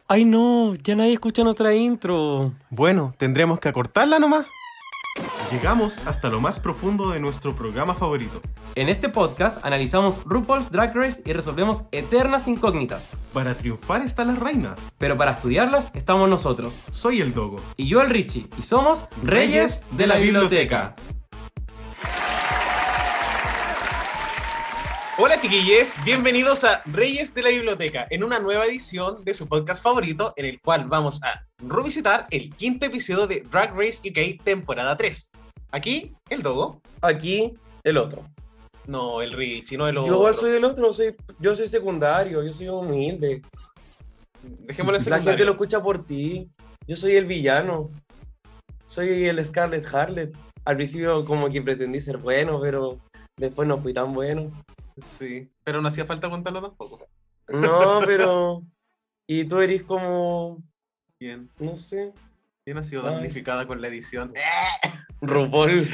Ay no, ya nadie escucha nuestra intro. Bueno, tendremos que acortarla nomás. Llegamos hasta lo más profundo de nuestro programa favorito. En este podcast analizamos RuPaul's Drag Race y resolvemos eternas incógnitas. Para triunfar están las reinas. Pero para estudiarlas estamos nosotros. Soy el Dogo. Y yo el Richie. Y somos Reyes de la Biblioteca. Hola chiquillos, bienvenidos a Reyes de la Biblioteca, en una nueva edición de su podcast favorito, en el cual vamos a revisitar el quinto episodio de Drag Race UK temporada 3. Aquí, el Dogo. Aquí, el otro. No, el Richie, no el Yo otro. igual soy el otro, yo soy secundario, yo soy humilde. Dejémoslo en La gente secundario. lo escucha por ti. Yo soy el villano. Soy el Scarlet Harlot. Al principio como que pretendí ser bueno, pero después no fui tan bueno. Sí, pero no hacía falta contarlo tampoco. No, pero... Y tú eres como... Bien, No sé... bien ha sido Ay. damnificada con la edición. RuPaul.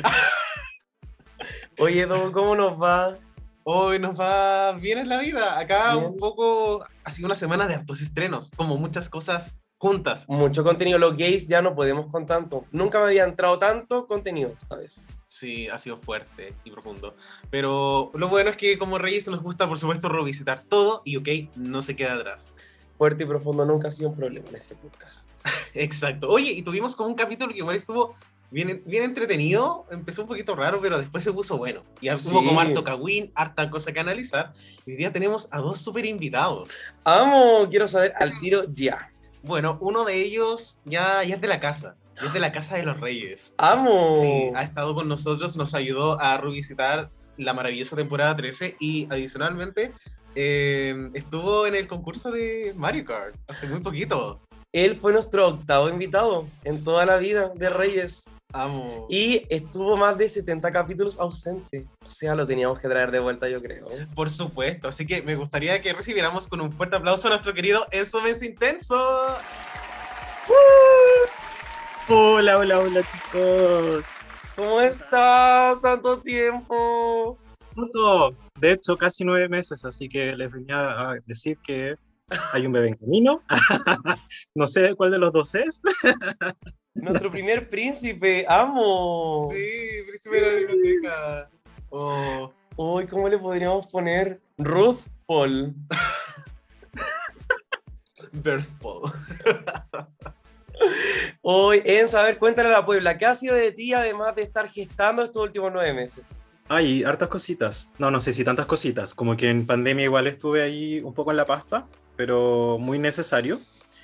Oye, Dogo, ¿cómo nos va? Hoy nos va bien en la vida. Acá Bien. un poco, ha sido una semana de hartos estrenos, como muchas cosas juntas. Mucho contenido. Los gays ya no podemos con tanto. Nunca me había entrado tanto contenido, ¿sabes? Sí, ha sido fuerte y profundo. Pero lo bueno es que como Reyes nos gusta, por supuesto, revisitar todo y OK no se queda atrás. Fuerte y profundo nunca ha sido un problema en este podcast. Exacto. Oye, y tuvimos como un capítulo que igual estuvo bien entretenido. Empezó un poquito raro, pero después se puso bueno. Y Sí. hubo como harto cagüín, harta cosa que analizar. Y hoy día tenemos a dos súper invitados. ¡Amo! Quiero saber al tiro ya. Bueno, uno de ellos ya es de la casa. Ya es de la casa de los Reyes. ¡Amo! Sí, ha estado con nosotros, nos ayudó a revisitar la maravillosa temporada 13 y adicionalmente estuvo en el concurso de Mario Kart hace muy poquito. Él fue nuestro octavo invitado en toda la vida de Reyes. Amo. Y estuvo más de 70 capítulos ausente. O sea, lo teníamos que traer de vuelta, yo creo. Por supuesto, así que me gustaría que recibiéramos con un fuerte aplauso a nuestro querido Enzo Mensa Intenso. Hola, hola, hola chicos. ¿Cómo estás? ¡Tanto tiempo! De hecho, casi 9 meses, así que les venía a decir que hay un bebé en camino. No sé cuál de los dos es. Nuestro primer príncipe, amo. Sí, príncipe de la biblioteca. Oh, Uy, ¿cómo le podríamos poner? Ruth Paul. Birth Paul. Hoy, Enzo, a ver, cuéntale a la Puebla, ¿qué ha sido de ti además de estar gestando estos últimos 9 meses? Hay hartas cositas. No sé si tantas cositas. Como que en pandemia igual estuve ahí un poco en la pasta, pero muy necesario.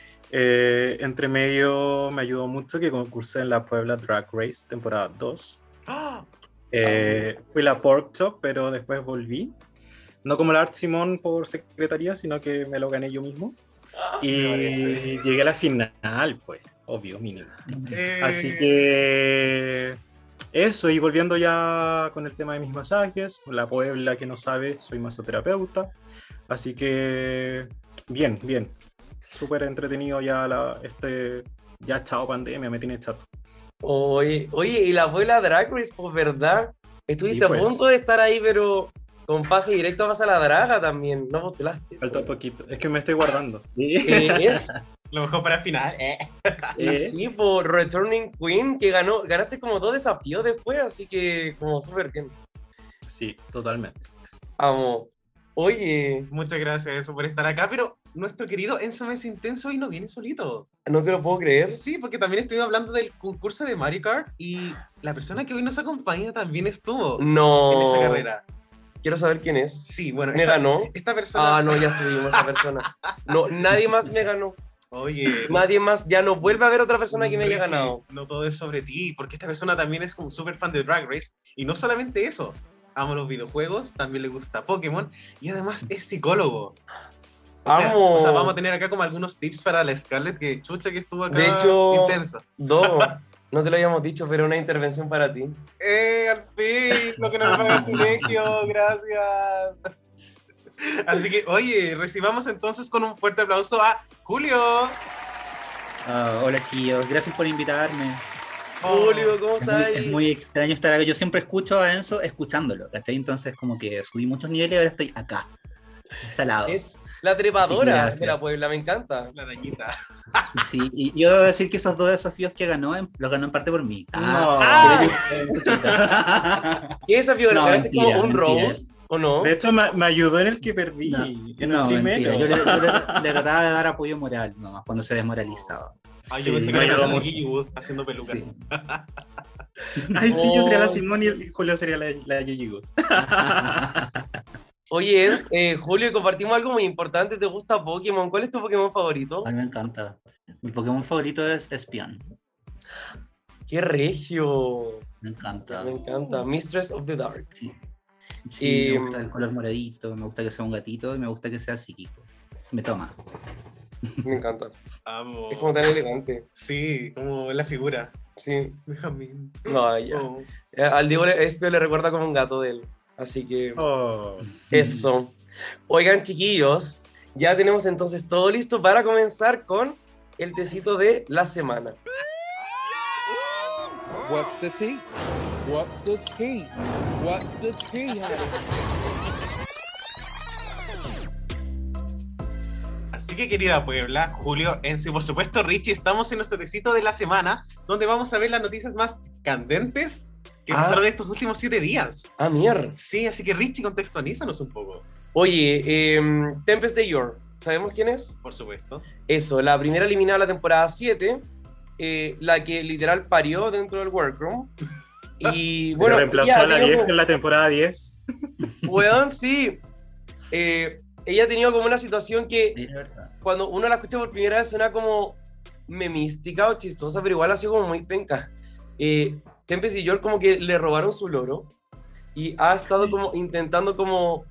Entre medio me ayudó mucho que concursé en la Puebla Drag Race temporada 2. ¡Ah! Fui la Pork Chop, pero después volví. No como la Art Simón por secretaría, sino que me lo gané yo mismo. Me parece. Y llegué a la final, pues, obvio, mínimo. Así que eso, y volviendo ya con el tema de mis masajes, la Puebla que no sabe, soy masoterapeuta. Así que bien. Súper entretenido ya ya chao pandemia, me tiene chato. Oye, y la Puebla Drag Race, pues, ¿verdad? Estuviste Sí, pues. a punto de estar ahí, pero con pase directo vas a la draga también, no postulaste. Falta poquito, es que me estoy guardando. Es, Lo mejor para el final. sí, por Returning Queen, que ganaste como 2 desafíos después, así que como súper bien. Sí, totalmente. Amo. Oye, Muchas gracias Enzo, por estar acá, pero nuestro querido Enzo Mensa Intenso hoy no viene solito. no te lo puedo creer. Sí, porque también estuvimos hablando del concurso de Mario Kart y la persona que hoy nos acompaña también estuvo No. en esa carrera. Quiero saber quién es. Sí, bueno, ¿Me ganó? esta persona... Ah, no, ya estuvimos esa persona. No, nadie más me ganó. Oye, Nadie más, ya no vuelve a haber otra persona que me haya Richie, ganado. no todo es sobre ti, porque esta persona también es como súper fan de Drag Race y no solamente eso, ama los videojuegos, también le gusta Pokémon y además es psicólogo. Amo. O sea, vamos a tener acá como algunos tips para la Scarlett, que chucha que estuvo acá De hecho, intensa. No te lo habíamos dicho, pero una intervención para ti. Al fin, lo que nos paga el colegio, gracias. Así que, oye, recibamos entonces con un fuerte aplauso a Julio. Hola chiquillos, gracias por invitarme. Julio, ¿cómo estás Es ahí? muy extraño estar acá. Yo siempre escucho a Enzo escuchándolo, ¿cachai? Entonces como que subí muchos niveles y ahora estoy acá, instalado. La trepadora gracias. de la Puebla, me encanta. La arañita. Sí, y yo debo decir que esos 2 desafíos que ganó, los ganó en parte por mí. ¿Qué desafío? No, ¿Realmente es como mentira, un mentira. roast o no? De hecho, me ayudó en el que perdí. No, en no, el mentira. primero. Yo le trataba de dar apoyo moral nomás cuando se desmoralizaba. Ay, Sí, yo pensé me que ayudó era mucho. Gigi Wood haciendo peluca. Sí. Ay, sí, yo sería la Oh. Simón y Julio sería la Gigi Good. Oye, Julio, compartimos algo muy importante. ¿Te gusta Pokémon? ¿Cuál es tu Pokémon favorito? A mí me encanta. Mi Pokémon favorito es Espion. ¡Qué regio! Me encanta. Me encanta. Mistress of the Dark. Sí. Sí, Y- me gusta el color moradito, me gusta que sea un gatito y me gusta que sea psíquico. Me toma. Me encanta. Amo. Es como tan elegante. Sí, como la figura. Sí. Benjamín. No, ya. Oh. Al Diego Espio le recuerda como un gato de él. Así que Oh. eso. Oigan, chiquillos, ya tenemos entonces todo listo para comenzar con el tecito de la semana. What's the tea? What's the tea? What's the tea, honey? Así que, querida Puebla, Julio, Enzo y por supuesto Richie, estamos en nuestro tecito de la semana, donde vamos a ver las noticias más candentes que pasaron estos últimos 7 días. Ah, mierda. Sí, así que Richie, contextualízanos un poco, Oye, Tempest de Yor, ¿sabemos quién es? por supuesto. Eso, la primera eliminada de la temporada 7, la que literal parió dentro del workroom. Y Bueno, bueno, reemplazó ella a la ha tenido vieja como- en la temporada 10. weón, sí. Ella ha tenido como una situación que Sí, la verdad. cuando uno la escucha por primera vez suena como memística o chistosa, pero igual ha sido como muy penca. Tempest y York como que le robaron su loro y ha estado como intentando como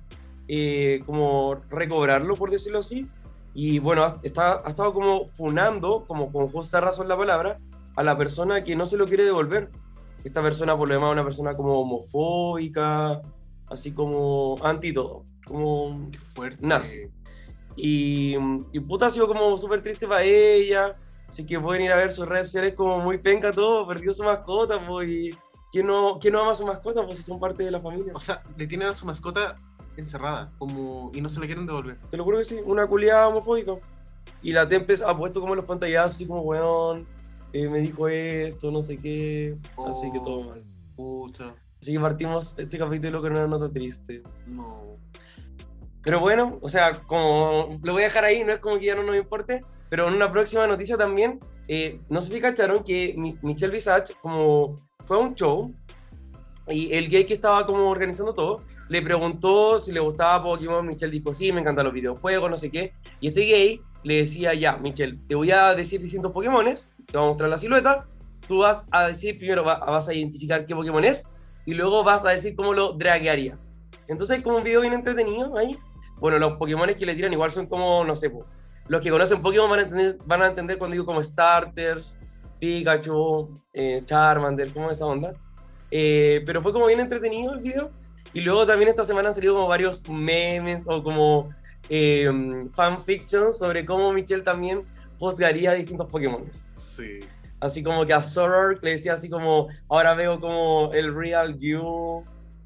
recobrarlo, por decirlo así. Y bueno, ha estado como funando, como con justa razón la palabra, a la persona que no se lo quiere devolver. Esta persona, por lo demás, es una persona como homofóbica, así como anti todo, como Qué fuerte. nazi. Y puta, ha sido como súper triste para ella. Así que pueden ir a ver sus redes sociales como muy penca todo, perdió su mascota, pues, y ¿quién no ama a su mascota? Pues si son parte de la familia. O sea, le tienen a su mascota encerrada, como y no se la quieren devolver. Te lo juro que sí, una culiada homofóbica. Y la Tempest ha puesto como los pantallazos, así como, weón, me dijo esto, no sé qué. Así que todo mal. Pucha, Así que partimos este capítulo con una nota triste. no. Pero bueno, o sea, como lo voy a dejar ahí, no es como que ya no nos importe, pero en una próxima noticia también, no sé si cacharon que Michelle Visage como fue a un show y el gay que estaba como organizando todo, le preguntó si le gustaba Pokémon. Michelle dijo, sí, me encantan los videojuegos, no sé qué, y este gay le decía, ya, Michelle, te voy a decir distintos Pokémones, te voy a mostrar la silueta, tú vas a decir, primero vas a identificar qué Pokémon es, y luego vas a decir cómo lo draguearías. Entonces hay como un video bien entretenido ahí. Bueno, los Pokémones que le tiran igual son como, no sé, los que conocen Pokémon van a entender cuando digo como starters, Pikachu, Charmander, como esa onda. Pero fue como bien entretenido el video. Y luego también esta semana han salido como varios memes o como fanfictions sobre cómo Michelle también juzgaría a distintos Pokémones. Sí. Así como que a Zoroark le decía así como, ahora veo como el real you.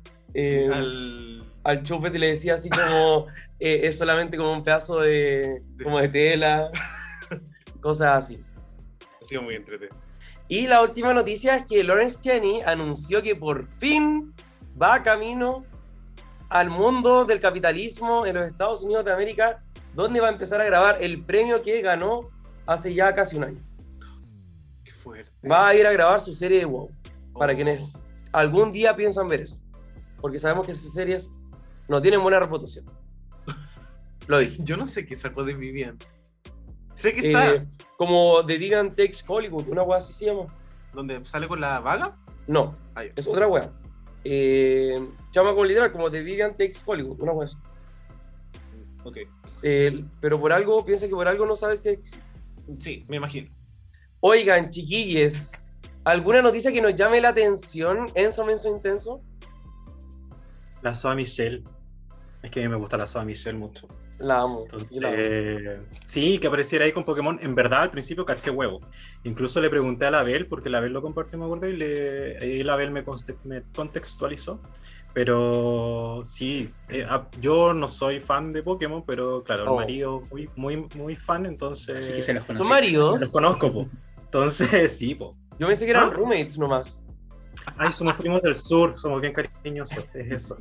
Al Chupet le decía así como, es solamente como un pedazo como de tela, cosas así. Ha sido muy entretenido. Y la última noticia es que Lawrence Cheney anunció que por fin va camino al mundo del capitalismo en los Estados Unidos de América, donde va a empezar a grabar el premio que ganó hace ya casi un año. Qué fuerte. Va a ir a grabar su serie de WoW, para Oh. quienes algún día piensan ver eso, porque sabemos que esas series no tienen buena reputación. Lo dije. Yo no sé qué sacó de Vivian. Sé que está Como The Vegan Takes Hollywood, una wea así se llama. donde sale con la vaga. No, Ah, ya. es otra wea. Se llama como literal, como The Vegan Takes Hollywood, una wea así. Ok. Pero por algo, piensa que por algo no sabes que... Sí, me imagino. Oigan, chiquilles, ¿alguna noticia que nos llame la atención? Enzo, menso, intenso. La Soa Michelle. Es que a mí me gusta la Soa Michelle mucho. La amo. Entonces, Yo la amo. sí, que apareciera ahí con Pokémon. En verdad, al principio caché huevo. Incluso le pregunté a la Bel, porque la Bel lo compartió, me acuerdo, y la Bel me contextualizó. Pero sí, yo no soy fan de Pokémon, pero claro, el marido muy fan, entonces... Así que se los ¿Son conocí. maridos? Los conozco, po. Entonces, sí, po. Yo pensé que eran roommates nomás. Ay, somos primos del sur, somos bien cariñosos, es eso.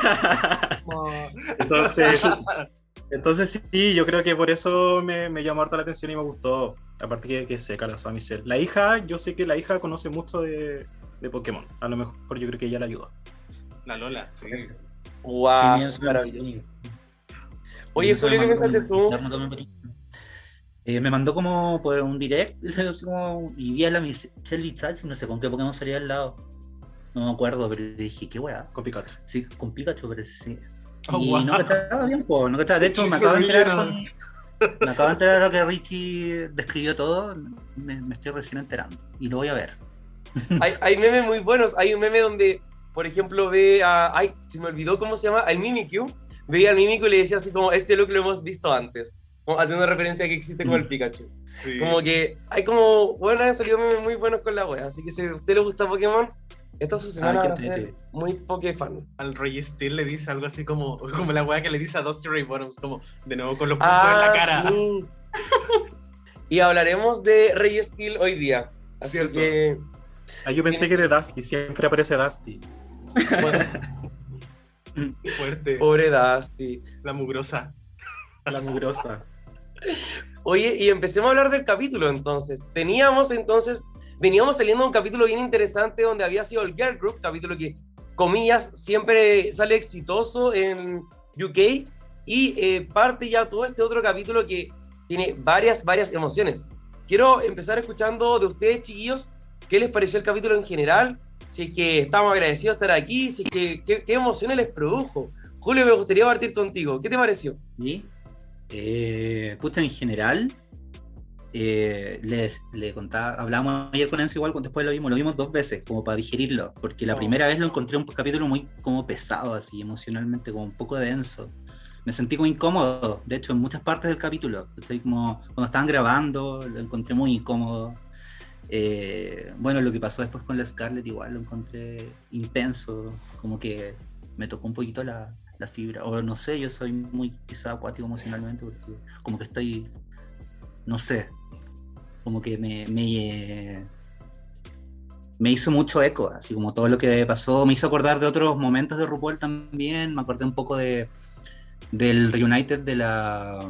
Entonces sí, yo creo que por eso me llamó harta la atención y me gustó. Aparte que es seca la Soa Michelle. La hija, yo sé que la hija conoce mucho de Pokémon. A lo mejor yo creo que ella la ayudó. La Lola, sí. Wow, Sí, eso- maravilloso. Oye, Eso Julio, me ¿qué mandó pensaste tú? interno también por ahí. Me mandó como por un direct, y luego así como, y vi a la Michelle Visage, no sé con qué Pokémon salía al lado. No me acuerdo, pero dije, qué weá. Con Pikachu. Sí, con Pikachu, pero sí. Oh, Y wow. no cachaba bien, pues, no cachaba. De hecho, Sí, me sí, acabo de enterar horrible, me acabo de enterar ahora que Richie describió todo, me estoy recién enterando. Y lo voy a ver. Hay memes muy buenos. Hay un meme donde, por ejemplo, ve a... Ay, se me olvidó cómo se llama. Al Mimikyu. Veía al Mimikyu y le decía así como, este look lo hemos visto antes. Como haciendo referencia a que existe como el Pikachu. Sí. Como que hay como... Bueno, han salido memes muy buenos con la wea. Así que si a usted le gusta Pokémon, esta su semana qué va a ser entrete. muy Pokéfan. Al Roy Steel le dice algo así como la weá que le dice a Dusty Ray Bottoms, como de nuevo con los puntos en la cara. Sí. Y hablaremos de Rey Steel hoy día. Así Cierto. que... Ah, yo pensé que de Dusty, siempre aparece Dusty. Bueno, Fuerte. pobre Dusty. La mugrosa. La mugrosa. Oye, y empecemos a hablar del capítulo entonces. Veníamos saliendo de un capítulo bien interesante donde había sido el Girl Group, capítulo que, comillas, siempre sale exitoso en UK, y parte ya todo este otro capítulo que tiene varias emociones. Quiero empezar escuchando de ustedes, chiquillos, qué les pareció el capítulo en general, si es que estamos agradecidos de estar aquí, si es que qué emociones les produjo. Julio, me gustaría partir contigo. ¿Qué te pareció? ¿Sí? Puta, en general, le contaba, hablábamos ayer con Enzo igual, después lo vimos 2 veces, como para digerirlo, porque la primera vez lo encontré un capítulo muy como pesado, así emocionalmente, como un poco denso. Me sentí como incómodo, de hecho, en muchas partes del capítulo. Estoy como, cuando estaban grabando, lo encontré muy incómodo. Bueno, lo que pasó después con la Scarlett igual lo encontré intenso, como que me tocó un poquito la fibra, o no sé, yo soy muy quizá acuático emocionalmente, porque como que estoy, no sé, como que me hizo mucho eco, así como todo lo que pasó, me hizo acordar de otros momentos de RuPaul también, me acordé un poco del Reunited de la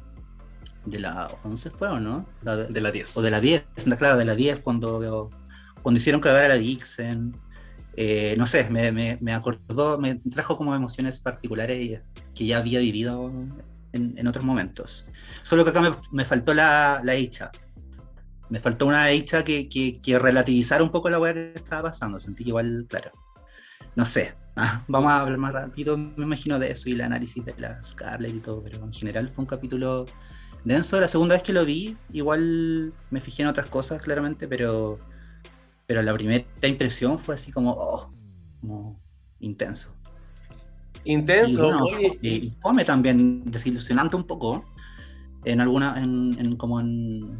11 fue, ¿o no? De la 10. O de la 10, claro, de la 10, cuando hicieron cagar a la Dixon. No sé, me acordó, me trajo como emociones particulares que ya había vivido en otros momentos. Solo que acá me faltó la hecha. Me faltó una hecha que relativizara un poco la weá que estaba pasando. Sentí que igual, claro. No sé. Vamos a hablar más rápido, me imagino, de eso y el análisis de la Scarlett y todo, pero en general fue un capítulo denso. La segunda vez que lo vi, igual me fijé en otras cosas, claramente, pero la primera impresión fue así como intenso. Intenso. Y bueno, Oye, y fome también, desilusionante un poco, como en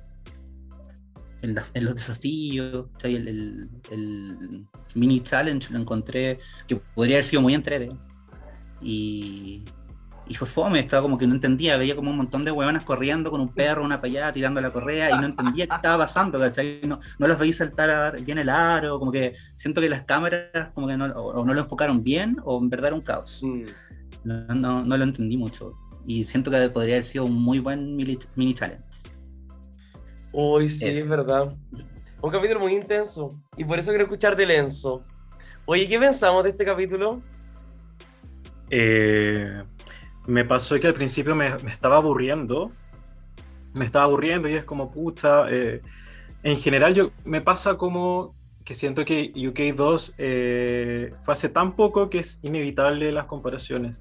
los desafíos, ¿sí? El mini challenge lo encontré que podría haber sido muy entrete. Y fue fome, estaba como que no entendía, veía como un montón de huevonas corriendo con un perro, una para allá, tirando la correa, y no entendía qué estaba pasando, ¿cachai? No las veía saltar bien el aro, como que siento que las cámaras como que no lo enfocaron bien, o en verdad era un caos. No lo entendí mucho, y siento que podría haber sido un muy buen mini challenge. uy, sí, Eso. es verdad. Un capítulo muy intenso. Y por eso quiero escuchar de Lenzo. Oye, ¿qué pensamos de este capítulo? Me pasó que al principio me estaba aburriendo. Y es como, pucha. En general me pasa como que siento que UK2 fue hace tan poco que es inevitable las comparaciones.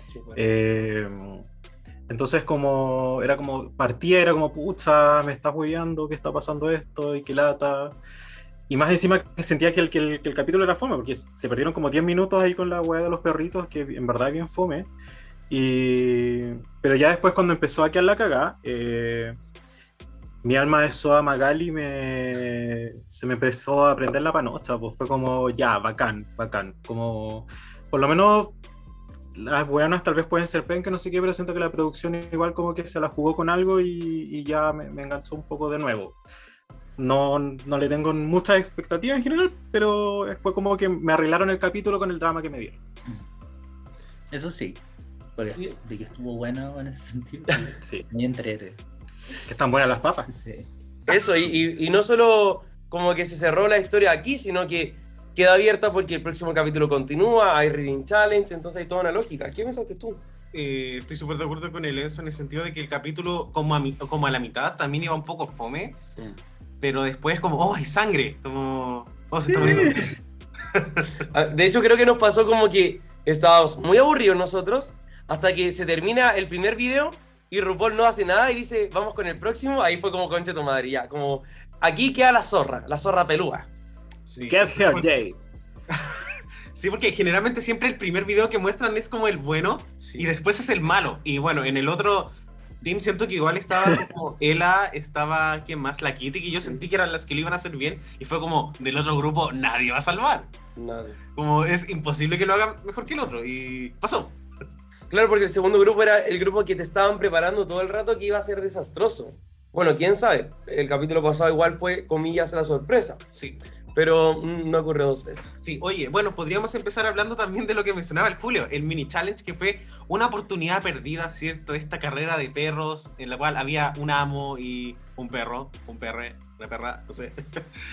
Entonces era como pucha, me estás hueveando, ¿qué está pasando esto? Y qué lata. Y más encima que sentía que el capítulo era fome, porque se perdieron como 10 minutos ahí con la hueá de los perritos, que en verdad es bien fome. Pero ya después cuando empezó a quedar la cagada, mi alma de Soa Magali se me empezó a prender la panocha, pues fue como, ya, bacán, bacán. Como, por lo menos, las buenas tal vez pueden ser penca, no sé qué, pero siento que la producción igual como que se la jugó con algo y ya me enganchó un poco de nuevo. No le tengo muchas expectativas en general, pero fue como que me arreglaron el capítulo con el drama que me dieron. Eso sí, porque Sí. de que estuvo bueno en ese sentido. Sí, Muy entrete. que están buenas las papas. Sí. Eso, y no solo como que se cerró la historia aquí, sino que queda abierta porque el próximo capítulo continúa, hay Reading Challenge, entonces hay toda una lógica. ¿Qué pensaste tú? Estoy súper de acuerdo con el Enzo en el sentido de que el capítulo, como a la mitad, también iba un poco fome, pero después como, ¡oh, hay sangre! Como, ¡oh, se está muriendo! De hecho, creo que nos pasó como que estábamos muy aburridos nosotros hasta que se termina el primer video y RuPaul no hace nada y dice, vamos con el próximo. Ahí fue como concha tu madre, ya. Como, aquí queda la zorra pelúa. Sí. Get here, Jay. Sí, porque generalmente siempre el primer video que muestran es como el bueno y después es el malo. Y bueno, en el otro team siento que igual estaba como Ella, estaba, ¿quién más? La Kitty, que yo sentí que eran las que lo iban a hacer bien. Y fue como, del otro grupo nadie va a salvar. Nada. Como es imposible que lo hagan mejor que el otro. Y pasó. Claro, porque el segundo grupo era el grupo que te estaban preparando todo el rato que iba a ser desastroso. Bueno, quién sabe. El capítulo pasado igual fue, comillas, la sorpresa. Sí. Pero no ocurrió 2 veces. Sí, oye, bueno, podríamos empezar hablando también de lo que mencionaba el Julio, el mini challenge, que fue una oportunidad perdida, ¿cierto? Esta carrera de perros en la cual había un amo y un perro, un perre, una perra, no sé.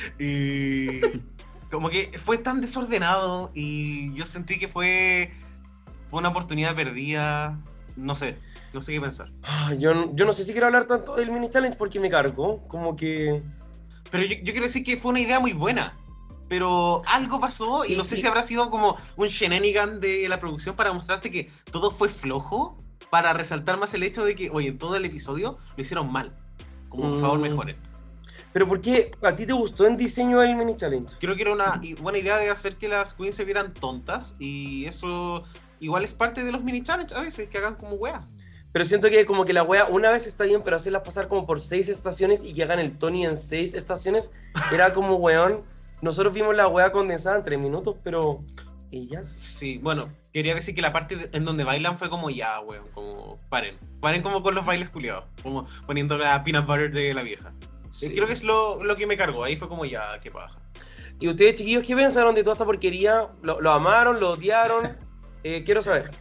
Y como que fue tan desordenado y yo sentí que fue una oportunidad perdida, no sé qué pensar. Yo no sé si quiero hablar tanto del mini challenge porque me cargo. Como que... Pero yo quiero decir que fue una idea muy buena. Pero algo pasó y no sé si habrá sido como un shenanigan de la producción para mostrarte que todo fue flojo, para resaltar más el hecho de que, oye, en todo el episodio lo hicieron mal. Como, por favor, mejoren. ¿Pero por qué a ti te gustó el diseño del mini challenge? Creo que era una buena idea de hacer que las queens se vieran tontas y eso igual es parte de los mini challenge a veces, que hagan como weas. Pero siento que como que la wea una vez está bien, pero hacerla pasar como por 6 estaciones y que hagan el Tony en 6 estaciones, era como, weón, nosotros vimos la wea condensada en 3 minutos, pero... ¿ellas? Sí, bueno, quería decir que la parte en donde bailan fue como ya, weón, como paren como con los bailes culiados, como poniendo la peanut butter de la vieja. Sí. Creo que es lo que me cargó, ahí fue como ya, qué paja. ¿Y ustedes, chiquillos, qué pensaron de toda esta porquería? ¿Lo amaron? ¿Lo odiaron? Quiero saber.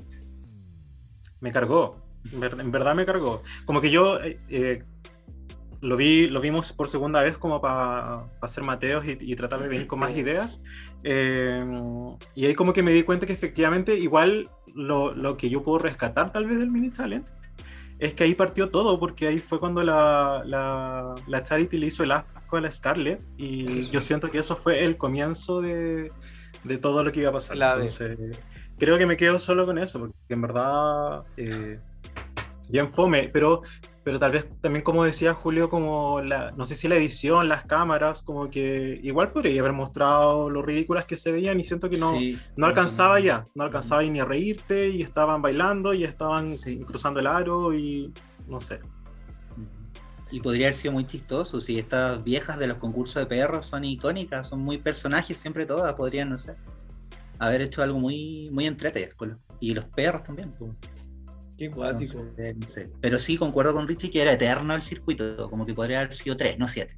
Me cargó, en verdad me cargó. Como que yo lo vimos por segunda vez como para hacer mateos y tratar de venir con más ideas. Y ahí como que me di cuenta que efectivamente igual lo que yo puedo rescatar tal vez del mini challenge es que ahí partió todo, porque ahí fue cuando la Charity le hizo el asco a la Scarlett y yo siento que eso fue el comienzo de todo lo que iba a pasar. Entonces creo que me quedo solo con eso, porque en verdad bien fome, pero tal vez también, como decía Julio, como no sé si la edición, las cámaras, como que igual podría haber mostrado lo ridículas que se veían y siento que no alcanzaba ya, no alcanzaba ni a reírte y estaban bailando y estaban cruzando el aro y no sé. Y podría haber sido muy chistoso si estas viejas de los concursos de perros son icónicas, son muy personajes, siempre todas podrían, no sé, haber hecho algo muy, muy entretenido. Y los perros también, pues. Qué cuático. No sé. Pero sí, concuerdo con Richie que era eterno el circuito, como que podría haber sido 3, no 7.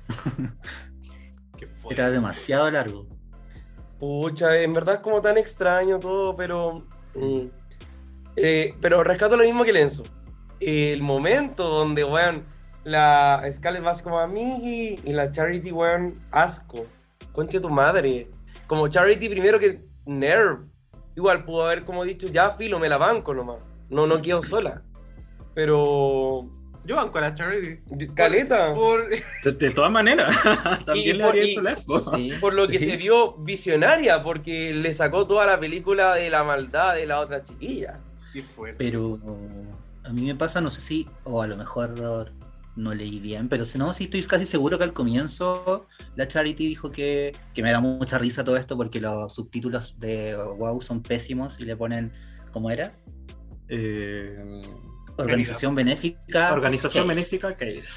Era demasiado largo. Pucha, en verdad es como tan extraño todo, pero rescato lo mismo que Lenzo. El momento donde, weón, la Scarlett va como amigui y la Charity, weón, asco. Conche tu madre. Como Charity primero que Nerve. Igual pudo haber como dicho, ya filo, me la banco nomás. No quedo sola. Pero... yo banco a la Charity. Caleta. De todas maneras. También le habría hecho largo. Por lo que se vio visionaria, porque le sacó toda la película de la maldad de la otra chiquilla. Sí, fuerte. Pero a mí me pasa, no sé si, o a lo mejor no leí bien, pero si no, sí estoy casi seguro que al comienzo la Charity dijo que me da mucha risa todo esto porque los subtítulos de WoW son pésimos y le ponen, ¿cómo era? Organización benéfica. Organización Case. benéfica Case.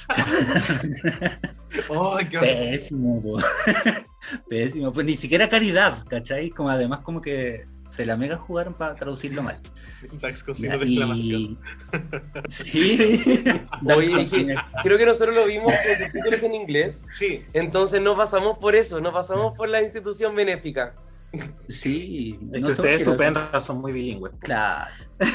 ¡Ay, qué horror! Pésimo, po. Pésimo. Pues ni siquiera caridad, ¿cachai? Como además como que se la mega jugaron para traducirlo mal. Dax con Ya, signo de exclamación. Sí. Dax Oye, con sí, signo de- creo que nosotros lo vimos con subtítulos en inglés, Sí, entonces no pasamos por eso, no pasamos por la institución benéfica. Sí. Es no que sé ustedes por qué lo estupendas son muy bilingües. hacen. Claro.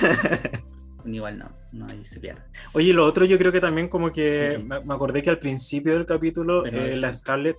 Igual no, ahí se pierde. Oye, lo otro yo creo que también como que Sí. me acordé que al principio del capítulo Pero- la Scarlett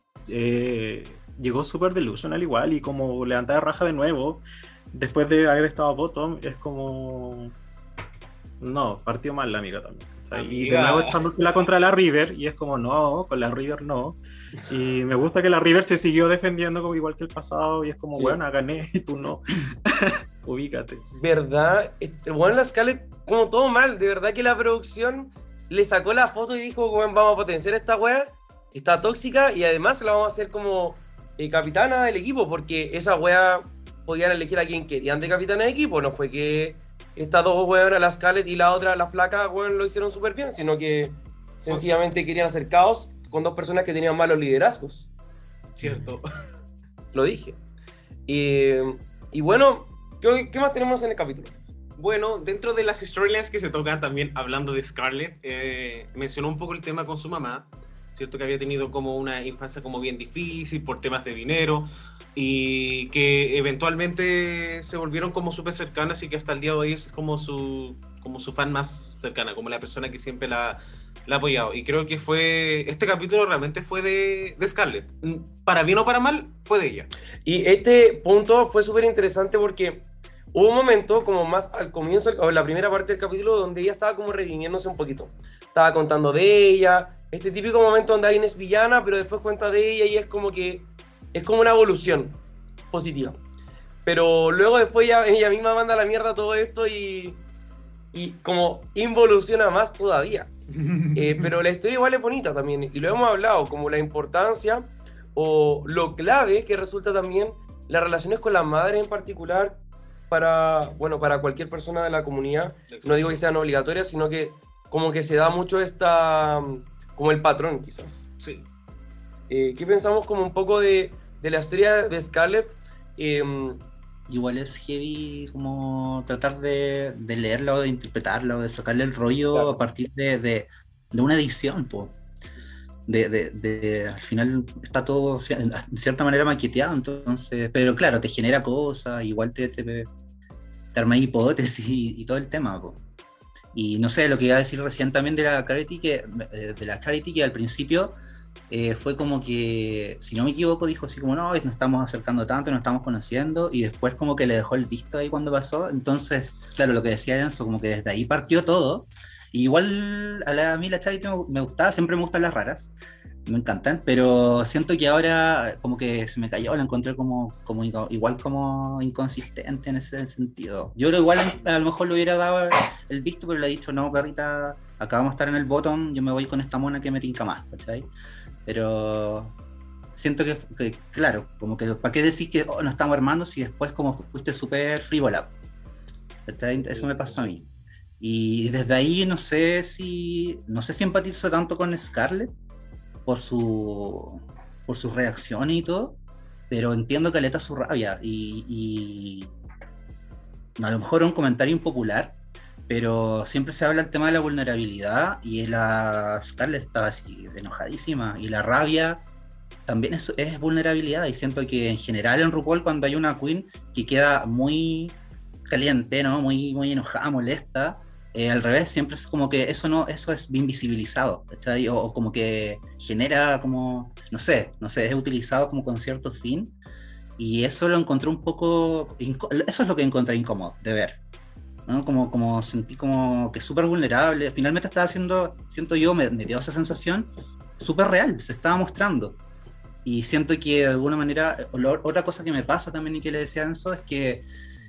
llegó súper delusional igual y como levantada de raja de nuevo después de haber estado bottom es como... No, partió mal la amiga también. O sea, y de Amiga. nuevo echándosela contra la River y es como no, con la River no. Y me gusta que la River se siguió defendiendo como igual que el pasado y es como, Sí. bueno, gané y tú no. Ubícate. ¿Verdad? Bueno, la Scarlett, como todo mal, de verdad que la producción le sacó la foto y dijo, bueno, vamos a potenciar esta wea, está tóxica y además la vamos a hacer como capitana del equipo, porque esa wea podían elegir a quien querían de capitana de equipo, no fue que estas dos weas, la Scarlett y la otra, la flaca, weón, lo hicieron súper bien, sino que sencillamente querían hacer caos con dos personas que tenían malos liderazgos. cierto. Lo dije. Y bueno, ¿qué más tenemos en el capítulo? Bueno, dentro de las storylines que se tocan también, hablando de Scarlett, mencionó un poco el tema con su mamá, cierto que había tenido como una infancia como bien difícil por temas de dinero y que eventualmente se volvieron como súper cercanas y que hasta el día de hoy es como su fan más cercana, como la persona que siempre la ha apoyado. Y creo que este capítulo realmente fue de Scarlett. Para bien o para mal, fue de ella. Y este punto fue súper interesante porque hubo un momento como más al comienzo, o en la primera parte del capítulo, donde ella estaba como redimiéndose un poquito. Estaba contando de ella, este típico momento donde alguien es villana, pero después cuenta de ella y es como que es como una evolución positiva. Pero luego después ella misma manda a la mierda todo esto y como involuciona más todavía. Pero la historia igual es bonita también, y lo hemos hablado, como la importancia o lo clave que resulta también las relaciones con las madres en particular para cualquier persona de la comunidad. No digo que sean obligatorias, sino que como que se da mucho como el patrón quizás. Sí. ¿Qué pensamos como un poco de la historia de Scarlett? Igual es heavy como tratar de leerlo, de interpretarlo, de sacarle el rollo Claro. a partir de una edición, po. Al final está todo en cierta manera maqueteado, entonces, pero claro, te genera cosas, igual te arma hipótesis y todo el tema, po. Y no sé, lo que iba a decir recién también de la Charity, que al principio fue como que, si no me equivoco, dijo así como, no, nos estamos acercando tanto, nos estamos conociendo, y después como que le dejó el visto ahí cuando pasó. Entonces, claro, lo que decía Enzo, como que desde ahí partió todo. Y igual a mí la Charity me gustaba, siempre me gustan las raras, me encantan, pero siento que ahora como que se me cayó, la encontré igual como inconsistente en ese sentido. Yo creo igual a lo mejor le hubiera dado el visto, pero le he dicho, no, perrita, acá vamos a estar en el bottom, yo me voy con esta mona que me tinca más, ¿cachai? Pero siento que claro, como que ¿para qué decir que nos estamos armando si después como fuiste súper frívola? ¿Cachai? Eso me pasó a mí. Y desde ahí no sé si empatizo tanto con Scarlett por su reacción y todo, pero entiendo que aleta su rabia y a lo mejor es un comentario impopular, pero siempre se habla del tema de la vulnerabilidad y la Scarlett estaba así enojadísima, y la rabia también es vulnerabilidad, y siento que en general en RuPaul cuando hay una queen que queda muy caliente, ¿no? Muy, muy enojada, molesta, al revés, siempre es como que eso es invisibilizado, ¿cachai? O como que genera como, no sé, es utilizado como con cierto fin, y eso lo encontré un poco, eso es lo que encontré incómodo de ver, ¿no? Como sentí como que súper vulnerable, finalmente estaba haciendo, siento yo, me dio esa sensación súper real, se estaba mostrando, y siento que de alguna manera, otra cosa que me pasa también y que le decía a Enzo es que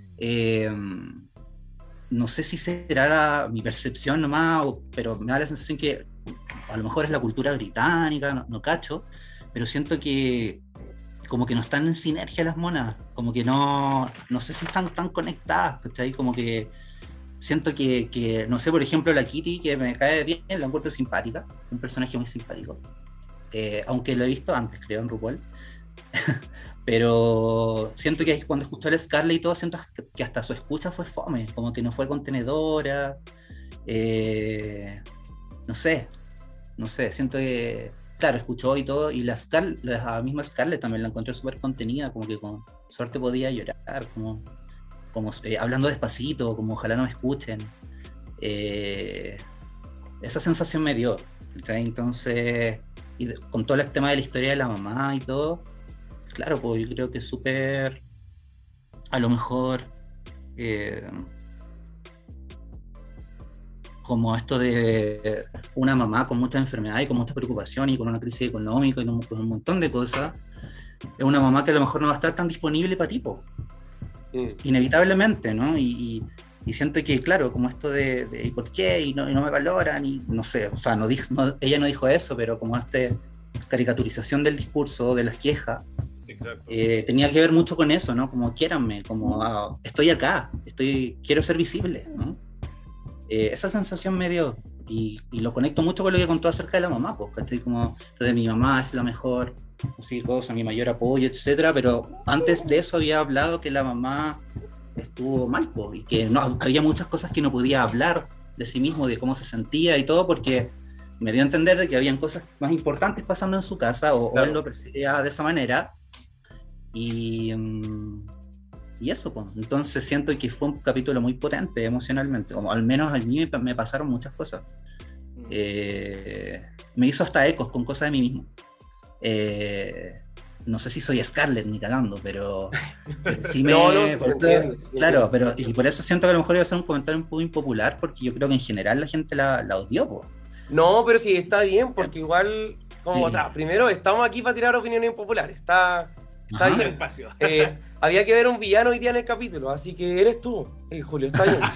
no sé si será mi percepción nomás, pero me da la sensación que a lo mejor es la cultura británica, no cacho, pero siento que como que no están en sinergia las monas, como que no sé si están tan conectadas, ¿cachai? Como que siento que, no sé, por ejemplo, la Kitty, que me cae bien, la encuentro simpática, un personaje muy simpático. Aunque lo he visto antes, creo, en RuPaul. Pero siento que cuando escuché a Scarlett y todo, siento que hasta su escucha fue fome, como que no fue contenedora. No sé, siento que, claro, escuchó y todo, y la misma Scarlett también la encontré súper contenida, como que con suerte podía llorar, como hablando despacito, como ojalá no me escuchen. Esa sensación me dio, ¿okay? Entonces, con todo el tema de la historia de la mamá y todo, claro, pues yo creo que es súper, a lo mejor, como esto de una mamá con muchas enfermedades y con mucha preocupación y con una crisis económica y con un montón de cosas, es una mamá que a lo mejor no va a estar tan disponible para ti, inevitablemente, ¿no? Y siento que, claro, como esto de ¿y por qué? Y no me valoran, y no sé, o sea, ella no dijo eso, pero como caricaturización del discurso, de las quejas, tenía que ver mucho con eso, ¿no? Como quiéranme, como estoy acá, quiero ser visible, ¿no? Esa sensación me dio, y lo conecto mucho con lo que contó acerca de la mamá, pues, ¿cachai? Como de mi mamá es la mejor, así, cosa, mi mayor apoyo, etcétera, pero antes de eso había hablado que la mamá estuvo mal, pues, y que no, había muchas cosas que no podía hablar de sí mismo, de cómo se sentía y todo, porque me dio a entender de que habían cosas más importantes pasando en su casa, o él lo percibía de esa manera, y eso, pues. Entonces siento que fue un capítulo muy potente emocionalmente, como al menos a mí me pasaron muchas cosas. Me hizo hasta ecos con cosas de mí mismo. No sé si soy Scarlett ni cagando, pero sí me... claro, pero y por eso siento que a lo mejor iba a ser un comentario un poco impopular, porque yo creo que en general la gente la odió, pues. No, pero sí, está bien, porque igual, o sea, primero estamos aquí para tirar opiniones impopulares, está bien. Espacio. Había que ver un villano hoy día en el capítulo, así que eres tú, Julio, está bien.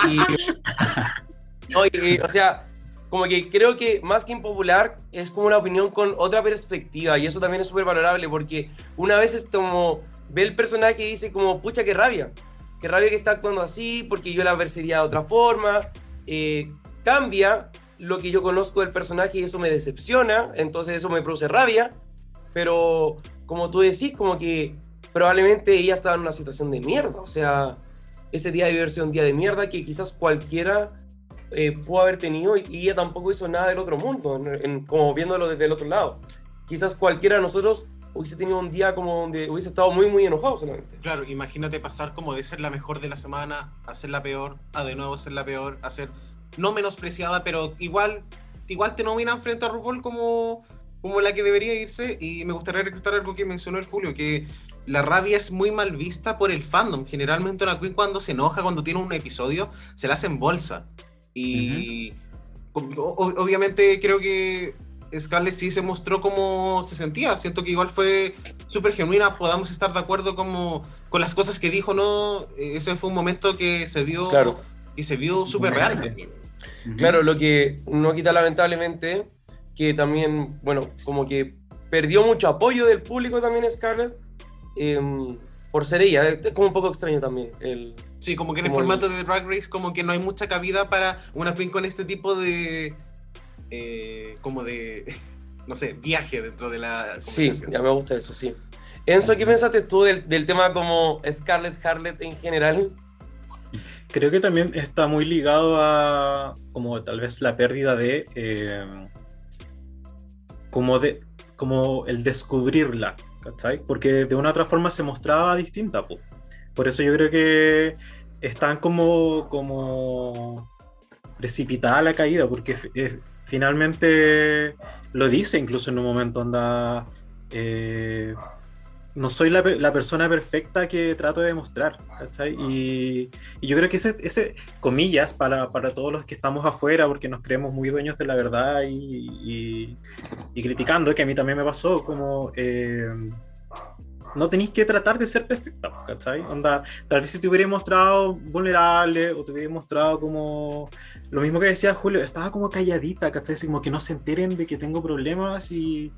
O sea, como que creo que más que impopular es como una opinión con otra perspectiva, y eso también es súper valorable, porque una vez es como ve el personaje y dice como, pucha, qué rabia que está actuando así, porque yo la percibía de otra forma, cambia lo que yo conozco del personaje y eso me decepciona, entonces eso me produce rabia, pero como tú decís, como que probablemente ella estaba en una situación de mierda, o sea, ese día debió haber sido un día de mierda que quizás cualquiera pudo haber tenido, y ella tampoco hizo nada del otro mundo, como viéndolo desde el otro lado. Quizás cualquiera de nosotros hubiese tenido un día como donde hubiese estado muy, muy enojado solamente. Claro, imagínate pasar como de ser la mejor de la semana a ser la peor, a de nuevo ser la peor, a ser no menospreciada, pero igual te nominan frente a RuPaul como la que debería irse. Y me gustaría recordar algo que mencionó el Julio, que la rabia es muy mal vista por el fandom. Generalmente una queen cuando se enoja, cuando tiene un episodio, se la hace en bolsa. Y obviamente creo que Scarlett sí se mostró cómo se sentía. Siento que igual fue súper genuina, podamos estar de acuerdo como con las cosas que dijo, ¿no? Ese fue un momento que se vio, claro, y se vio súper real. Claro, lo que no quita lamentablemente que también, bueno, como que perdió mucho apoyo del público también Scarlett, por ser ella. Es como un poco extraño también. Sí, como que en el formato de Drag Race como que no hay mucha cabida para una queen con este tipo de como de, no sé, viaje dentro de la conversación. Sí, ya me gusta eso, sí. Enzo, ¿qué pensaste tú del tema como Scarlett, Harlett en general? Creo que también está muy ligado a como tal vez la pérdida de como el descubrirla, ¿cachai? Porque de una u otra forma se mostraba distinta, po. Por eso yo creo que están como precipitada la caída, porque finalmente lo dice incluso en un momento, anda, no soy la persona perfecta que trato de demostrar, ¿cachai? Y yo creo que ese comillas, para todos los que estamos afuera, porque nos creemos muy dueños de la verdad y criticando, que a mí también me pasó, como no tenéis que tratar de ser perfecta, ¿cachai? Onda, tal vez si te hubiera mostrado vulnerable o te hubiera mostrado como lo mismo que decía Julio, estaba como calladita, ¿cachai? Así como que no se enteren de que tengo problemas y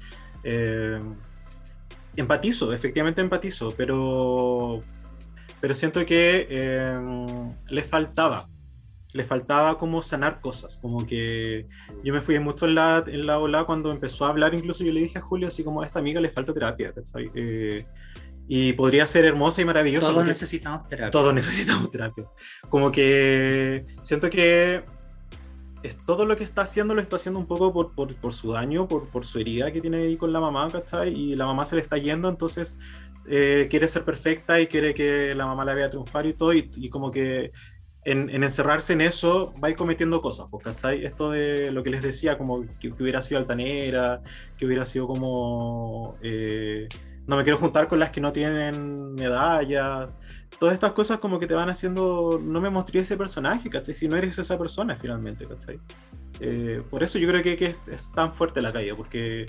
empatizo, efectivamente empatizo, pero siento que les faltaba le faltaba como sanar cosas, como que yo me fui mucho en la ola cuando empezó a hablar, incluso yo le dije a Julio así como a esta amiga le falta terapia, ¿cachai? Y podría ser hermosa y maravillosa. Todos necesitamos terapia. Todos necesitamos terapia. Como que siento que todo lo que está haciendo lo está haciendo un poco por su daño, por su herida que tiene ahí con la mamá, ¿cachai? Y la mamá se le está yendo, entonces quiere ser perfecta y quiere que la mamá la vea triunfar y todo, y como que en encerrarse en eso va a ir cometiendo cosas, pues, ¿cachai? Esto de lo que les decía, como que hubiera sido altanera, que hubiera sido como no me quiero juntar con las que no tienen medallas, todas estas cosas como que te van haciendo, no me mostré ese personaje, ¿cachai? Si no eres esa persona finalmente, ¿cachai? Por eso yo creo que es tan fuerte la caída, porque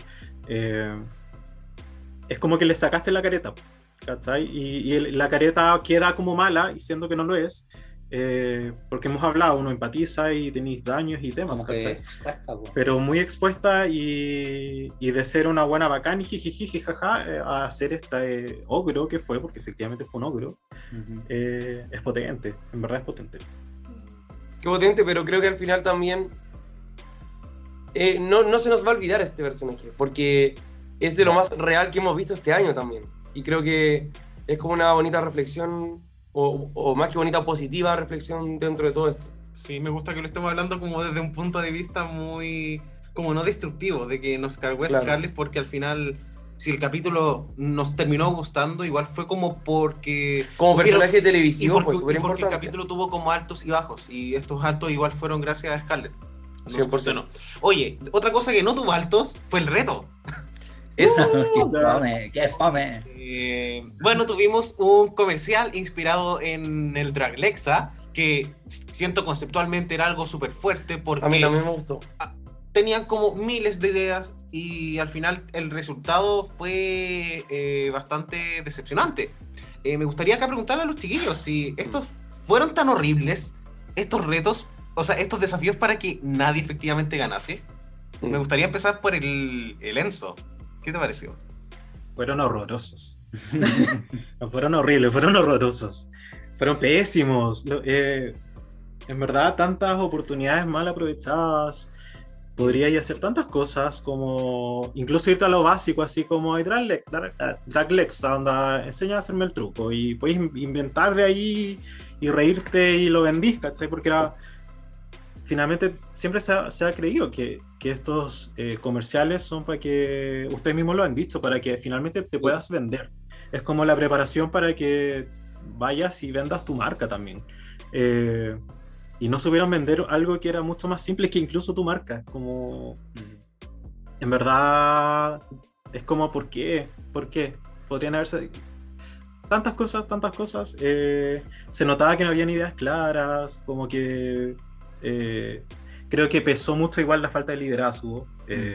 es como que le sacaste la careta, ¿cachai? Y la careta queda como mala, y siendo que no lo es, porque hemos hablado, uno empatiza y tenéis daños y temas, Como que ¿cachai? expuesta, po. Pero muy expuesta y de ser una buena bacán y jijiji, jaja, a ser ogro que fue, porque efectivamente fue un ogro, Ujú. es potente, en verdad es potente. Qué potente, pero creo que al final también no se nos va a olvidar este personaje, porque es de lo más real que hemos visto este año también. Y creo que es como una bonita reflexión, o más que bonita, positiva reflexión dentro de todo esto. Sí, me gusta que lo estemos hablando como desde un punto de vista muy, como no destructivo, de que nos cargó Claro. Scarlett, porque al final, si el capítulo nos terminó gustando, igual fue como porque... Como hubieron- personaje y televisivo, porque, pues súper y porque el importante. capítulo tuvo como altos y bajos, y estos altos igual fueron gracias a Scarlett. Nos 100%. funcionó. Oye, otra cosa que no tuvo altos fue el reto. Eso, ¡Qué fome! Bueno, tuvimos un comercial inspirado en el Draglexa, que siento conceptualmente era algo súper fuerte, porque a mí también me gustó. tenían como miles de ideas y al final el resultado fue bastante decepcionante. Me gustaría acá preguntarle a los chiquillos si estos fueron tan horribles, estos retos, o sea, estos desafíos para que nadie efectivamente ganase. Me gustaría empezar por el Enzo. ¿Qué te pareció? Fueron horrorosos. No fueron horribles, fueron horrorosos. Fueron pésimos. En verdad, tantas oportunidades mal aprovechadas. Podríais hacer tantas cosas como incluso irte a lo básico, así como hay Draglex, anda, enseña a hacerme el truco y podéis inventar de ahí y reírte y lo vendís, ¿cachai? Porque era, finalmente siempre se ha creído que estos comerciales son para que, ustedes mismos lo han dicho, para que finalmente te puedas vender. Es como la preparación para que vayas y vendas tu marca también. Y no supieron vender algo que era mucho más simple que incluso tu marca. Como, en verdad, es como, ¿por qué? ¿Por qué? Podrían haberse... Tantas cosas. Se notaba que no habían ideas claras, como que... creo que pesó mucho igual la falta de liderazgo.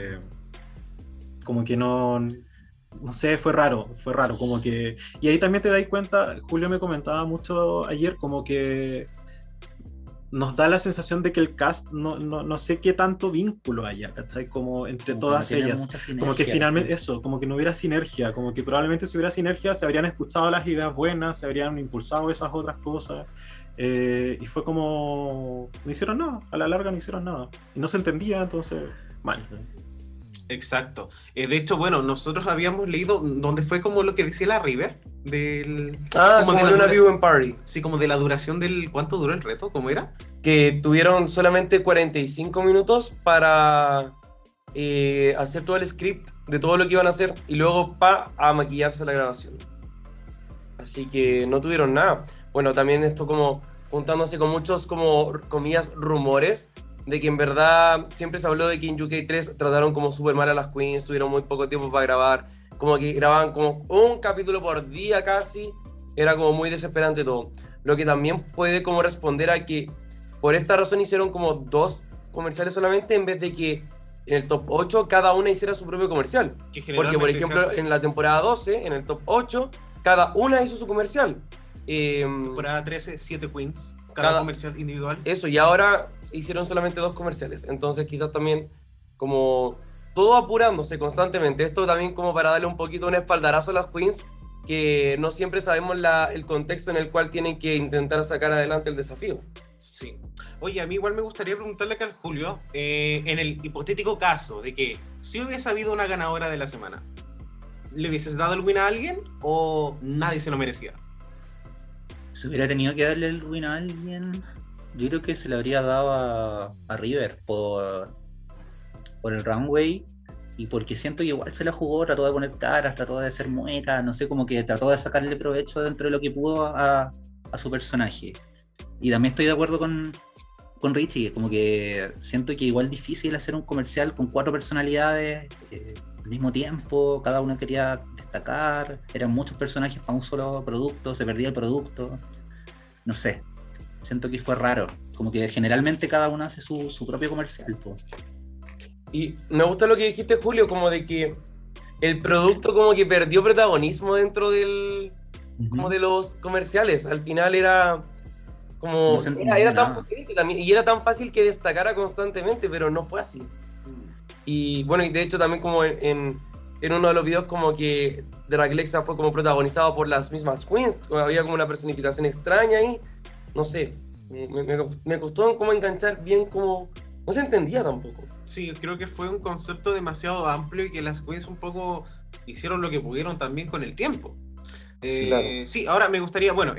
Como que no sé, fue raro, como que... Y ahí también te das cuenta, Julio me comentaba mucho ayer, como que nos da la sensación de que el cast no sé qué tanto vínculo haya, ¿cachai? Como entre Como todas que no tienen ellas. mucha sinergia, Como que finalmente pues. eso, como que no hubiera sinergia, como que probablemente si hubiera sinergia se habrían escuchado las ideas buenas, se habrían impulsado esas otras cosas. Y fue como... no hicieron nada, a la larga no hicieron nada. Y no se entendía, entonces, mal. Exacto. De hecho, bueno, nosotros habíamos leído donde fue como lo que decía la River del... Como de de la una dura- viewing party. Sí, como de la duración del... ¿Cuánto duró el reto? ¿Cómo era? Que tuvieron solamente 45 minutos para hacer todo el script de todo lo que iban a hacer y luego a maquillarse la grabación. Así que no tuvieron nada. Bueno, también esto como juntándose con muchos, como comillas, rumores de que en verdad siempre se habló de que en UK3 trataron como súper mal a las queens, tuvieron muy poco tiempo para grabar, como que grababan como un capítulo por día casi, era como muy desesperante todo. Lo que también puede como responder a que por esta razón hicieron como 2 comerciales solamente en vez de que en el top 8 cada una hiciera su propio comercial. Que Porque por generalmente ejemplo se hace en la temporada 12, en el top 8, cada una hizo su comercial. temporada 13, 7 queens, cada comercial individual. Eso, y ahora hicieron solamente 2 comerciales. Entonces quizás también como todo apurándose constantemente. Esto también como para darle un poquito un espaldarazo a las queens, que no siempre sabemos el contexto en el cual tienen que intentar sacar adelante el desafío. Sí. Oye, a mí igual me gustaría preguntarle acá al Julio, en el hipotético caso de que si hubiese habido una ganadora de la semana, ¿le hubieses dado el win a alguien o nadie se lo merecía? Si hubiera tenido que darle el win a alguien, yo creo que se le habría dado a River por el runway y porque siento que igual se la jugó, trató de poner caras, trató de ser mueca, no sé, como que trató de sacarle provecho dentro de lo que pudo a su personaje. Y también estoy de acuerdo con Richie, como que siento que igual difícil hacer un comercial con 4 personalidades al mismo tiempo, cada una quería destacar, eran muchos personajes para un solo producto, se perdía el producto, no sé, siento que fue raro, como que generalmente cada uno hace su propio comercial, po. Y me gusta lo que dijiste, Julio, como de que el producto como que perdió protagonismo dentro como de los comerciales. Al final era como No se entendía era tan nada. potente también, y era tan fácil que destacara constantemente, pero no fue así. Y bueno, y de hecho también como en uno de los videos como que Draglexa fue como protagonizado por las mismas queens, había como una personificación extraña ahí, no sé, me costó como enganchar bien, como no se entendía tampoco. Sí, creo que fue un concepto demasiado amplio y que las queens un poco hicieron lo que pudieron también con el tiempo. Claro. Sí, ahora me gustaría, bueno,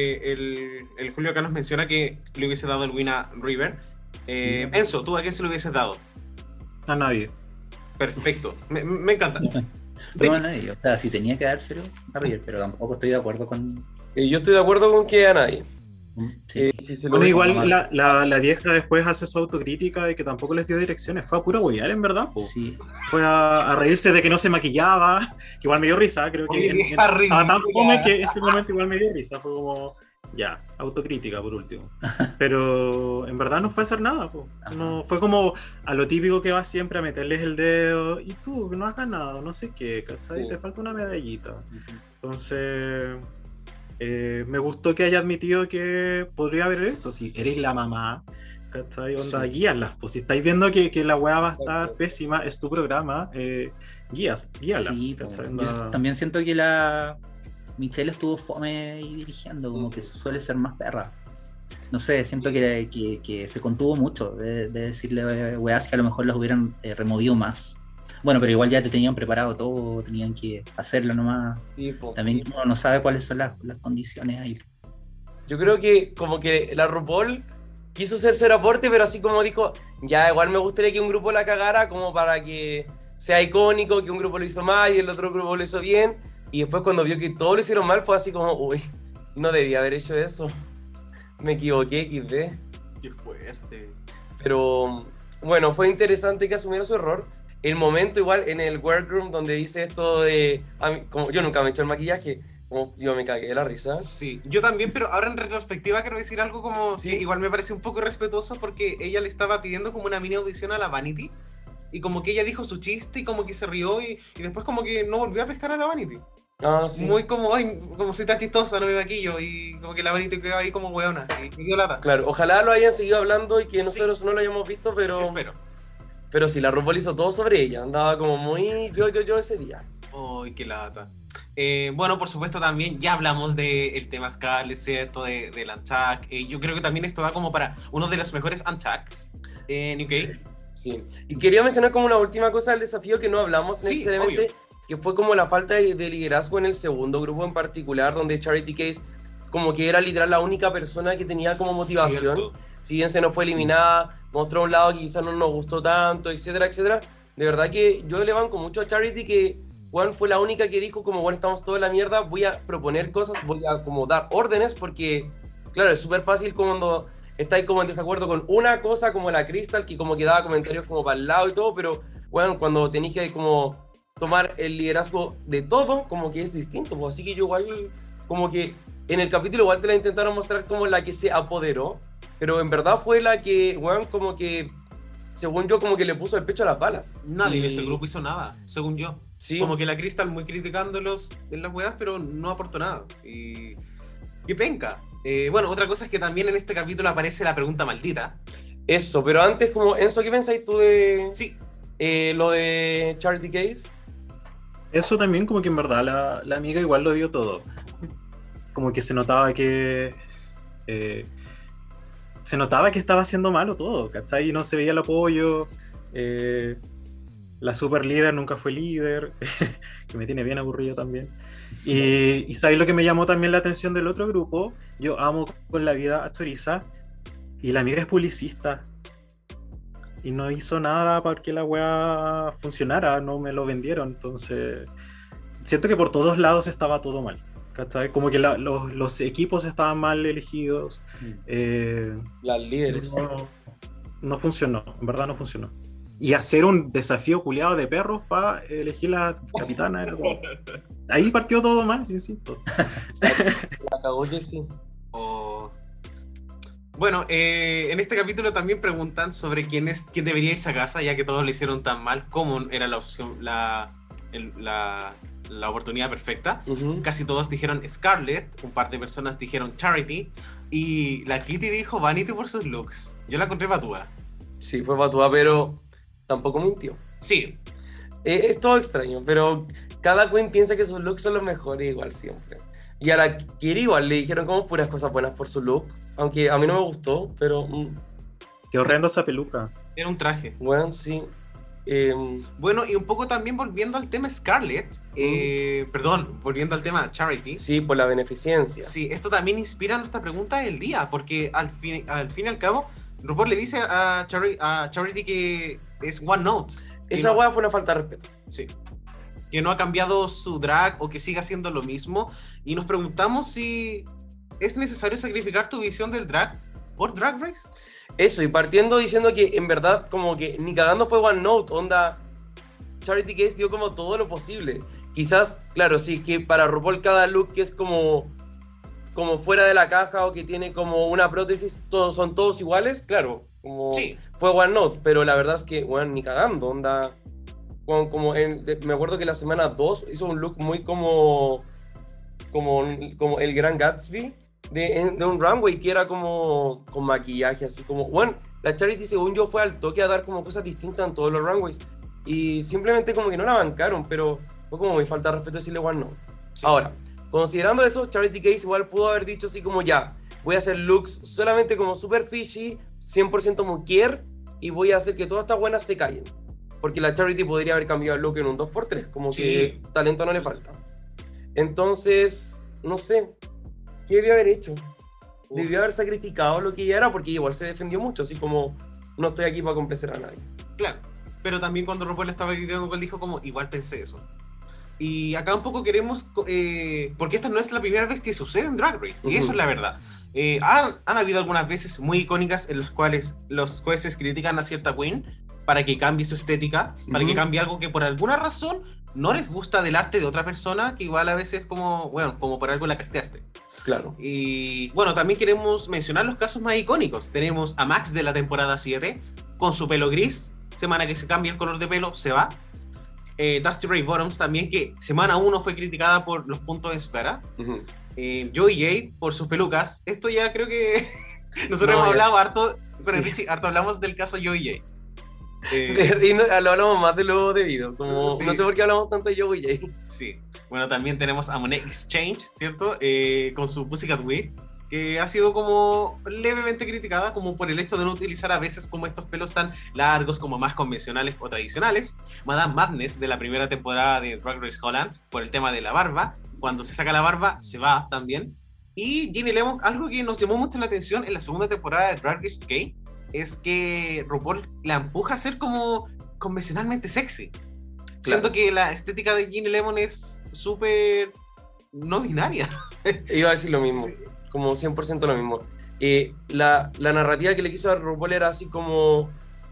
el Julio acá nos menciona que le hubiese dado el win a River. Sí. Enzo, ¿tú a quién se lo hubieses dado? A nadie. Perfecto, me encanta. Pero bueno, o sea, si tenía que dárselo a River, pero tampoco estoy de acuerdo con... Yo estoy de acuerdo con que a nadie. Sí. Si se lo Bueno, hubiese- igual la vieja después hace su autocrítica de que tampoco les dio direcciones. Fue a puro huevear, en verdad, po. Sí. Fue a reírse de que no se maquillaba, que igual me dio risa, creo que Oye, vieja estaba tan ridícula. fome que ese momento igual me dio risa, fue como, ya, autocrítica por último. Pero en verdad no fue a hacer nada, po. No, fue como a lo típico que va siempre a meterles el dedo, y tú, que no has ganado, no sé qué, ¿cachai? Sí. Te falta una medallita. Entonces... me gustó que haya admitido que podría haber hecho, si eres la mamá, ¿cachai? Onda, Sí. guíalas, pues si estáis viendo que la weá va a estar Exacto. pésima, es tu programa, guíalas, Sí, ¿cachai? yo Onda- también siento que la Michelle estuvo fome ahí dirigiendo, como que suele ser más perra. No sé, siento que se contuvo mucho de decirle weas que a lo mejor las hubieran removido más. Bueno, pero igual ya te tenían preparado todo, tenían que hacerlo nomás. Sí, po. También uno no sabe cuáles son las condiciones ahí. Yo creo que como que la RuPaul quiso hacer su aporte, pero así como dijo, ya igual me gustaría que un grupo la cagara como para que sea icónico, que un grupo lo hizo mal y el otro grupo lo hizo bien. Y después cuando vio que todos lo hicieron mal fue así como, uy, no debía haber hecho eso. Me equivoqué, XD. Qué fuerte. Pero bueno, fue interesante que asumiera su error. El momento igual en el workroom donde dice esto de, como yo nunca me he hecho el maquillaje, como yo me cagué de la risa. Sí, yo también, pero ahora en retrospectiva quiero decir algo como Sí. que igual me parece un poco irrespetuoso porque ella le estaba pidiendo como una mini audición a la Vanity y como que ella dijo su chiste y como que se rió y después como que no volvió a pescar a la Vanity. Ah, sí. Muy como, ay, como soy tan chistosa, no me maquillo y como que la Vanity quedó ahí como weona y me dio lata. Claro, ojalá lo hayan seguido hablando y que Sí. nosotros no lo hayamos visto, Espero. pero sí, la RuPaul hizo todo sobre ella, andaba como muy yo ese día. Ay, qué lata. Bueno, por supuesto también ya hablamos del tema Scarlett, ¿cierto? Del Untucked. Yo creo que también esto va como para uno de los mejores Untucked en UK. Sí. Y quería mencionar como una última cosa del desafío que no hablamos Sí, necesariamente, obvio. que fue como la falta de liderazgo en el segundo grupo en particular, donde Charity Case como que era literal la única persona que tenía como motivación. Cierto. Si bien se nos fue eliminada, mostró un lado que quizás no nos gustó tanto, etcétera, etcétera. De verdad que yo le banco mucho a Charity, que Juan fue la única que dijo como, bueno, estamos toda la mierda, voy a proponer cosas, voy a como dar órdenes, porque, claro, es súper fácil cuando estáis como en desacuerdo con una cosa, como la Crystal, que como que daba comentarios como para el lado y todo, pero, bueno, cuando tenéis que como tomar el liderazgo de todo, como que es distinto, pues. Así que yo igual, como que en el capítulo igual te la intentaron mostrar como la que se apoderó, pero en verdad fue la que, weón, como que, según yo, como que le puso el pecho a las balas. Nadie Y- de ese grupo hizo nada, según yo. Sí, Como que la Crystal muy criticándolos en las weas, pero no aportó nada. Y qué penca. Bueno, otra cosa es que también en este capítulo aparece la pregunta maldita. eso, pero antes, como, Enzo, ¿qué pensáis tú de Sí, lo de Charity Case? Eso también como que en verdad la amiga igual lo dio todo. Como que se notaba que se notaba que estaba haciendo malo todo, ¿cachai? Y no se veía el apoyo. La super líder nunca fue líder, que me tiene bien aburrido también. Y ¿sabéis lo que me llamó también la atención del otro grupo? Yo amo con la vida a Choriza, y la amiga es publicista. Y no hizo nada para que la weá funcionara, no me lo vendieron. Entonces, siento que por todos lados estaba todo mal, ¿cachai? Como que los equipos estaban mal elegidos. Las líderes. No funcionó, en verdad no funcionó. Y hacer un desafío culiado de perros para elegir la capitana era como... Ahí partió todo mal, insisto. La cagó Jessie. Bueno, en este capítulo también preguntan sobre quién debería irse a casa, ya que todos lo hicieron tan mal, cómo era la opción, la oportunidad perfecta. Casi todos dijeron Scarlett, un par de personas dijeron Charity, y la Kitty dijo Vanity por sus looks. Yo la encontré patúa. Sí, fue patúa, pero tampoco mintió. Sí. Es todo extraño, pero cada queen piensa que sus looks son los mejores igual siempre. Y a la Kiri igual le dijeron como puras cosas buenas por su look, aunque a mí no me gustó, pero... Qué horrendo esa peluca. Era un traje. Bueno, sí. Bueno, y un poco también volviendo al tema Scarlett, perdón, volviendo al tema Charity. Sí, por la beneficencia. Sí, esto también inspira nuestra pregunta del día, porque al fin y al cabo, RuPaul le dice a Charity que es One Note. Esa hueá fue una falta de respeto. Sí. Que no ha cambiado su drag o que siga haciendo lo mismo. Y nos preguntamos si es necesario sacrificar tu visión del drag por Drag Race. Eso, y partiendo diciendo que en verdad como que ni cagando fue One Note, onda Charity Case dio como todo lo posible. Quizás, claro, sí, que para RuPaul cada look que es como fuera de la caja o que tiene como una prótesis, son todos iguales, claro, como sí. Fue One Note, pero la verdad es que, bueno, ni cagando, onda... me acuerdo que la semana 2 hizo un look muy como el Gran Gatsby de un runway que era como con maquillaje, así como, bueno, la Charity según yo fue al toque a dar como cosas distintas en todos los runways y simplemente como que no la bancaron, pero fue como muy falta de respeto decirle One Note. Sí. Ahora, considerando eso, Charity Case igual pudo haber dicho así como ya, voy a hacer looks solamente como super fishy, 100% mujer y voy a hacer que todas estas buenas se callen. Porque la Charity podría haber cambiado el look en un 2x3, como sí. Que talento no le falta. Entonces, no sé, ¿qué debió haber hecho? Debió haber sacrificado lo que ella era, porque igual se defendió mucho, así como, no estoy aquí para complacer a nadie. Claro, pero también cuando RuPaul estaba gritando, él dijo como, igual pensé eso. Y acá un poco queremos, porque esta no es la primera vez que sucede en Drag Race, y eso es la verdad. Han habido algunas veces muy icónicas en las cuales los jueces critican a cierta queen, para que cambie su estética, para que cambie algo que por alguna razón no les gusta del arte de otra persona, que igual a veces como por algo la casteaste. Claro. Y bueno, también queremos mencionar los casos más icónicos. Tenemos a Max de la temporada 7, con su pelo gris, semana que se cambia el color de pelo, se va. Dusty Ray Bottoms también, que semana 1 fue criticada por los puntos en su cara. Joey J por sus pelucas. Esto ya creo que nosotros hemos hablado harto, con el Richie, harto hablamos del caso Joey J. Y lo hablamos más de lo debido, como sí. No sé por qué hablamos tanto de Joey J. Sí, bueno, también tenemos a Monet Exchange, ¿cierto? Con su Pussycat Wig, que ha sido como levemente criticada, como por el hecho de no utilizar a veces como estos pelos tan largos, como más convencionales o tradicionales. Madame Madness de la primera temporada de Drag Race Holland, por el tema de la barba. Cuando se saca la barba, se va también. Y Ginny Lemon, algo que nos llamó mucho la atención en la segunda temporada de Drag Race UK, es que RuPaul la empuja a ser como convencionalmente sexy. Claro. Siento que la estética de Ginny Lemon es súper no binaria. Iba a decir lo mismo, sí. Como 100% lo mismo. La narrativa que le quiso dar RuPaul era así como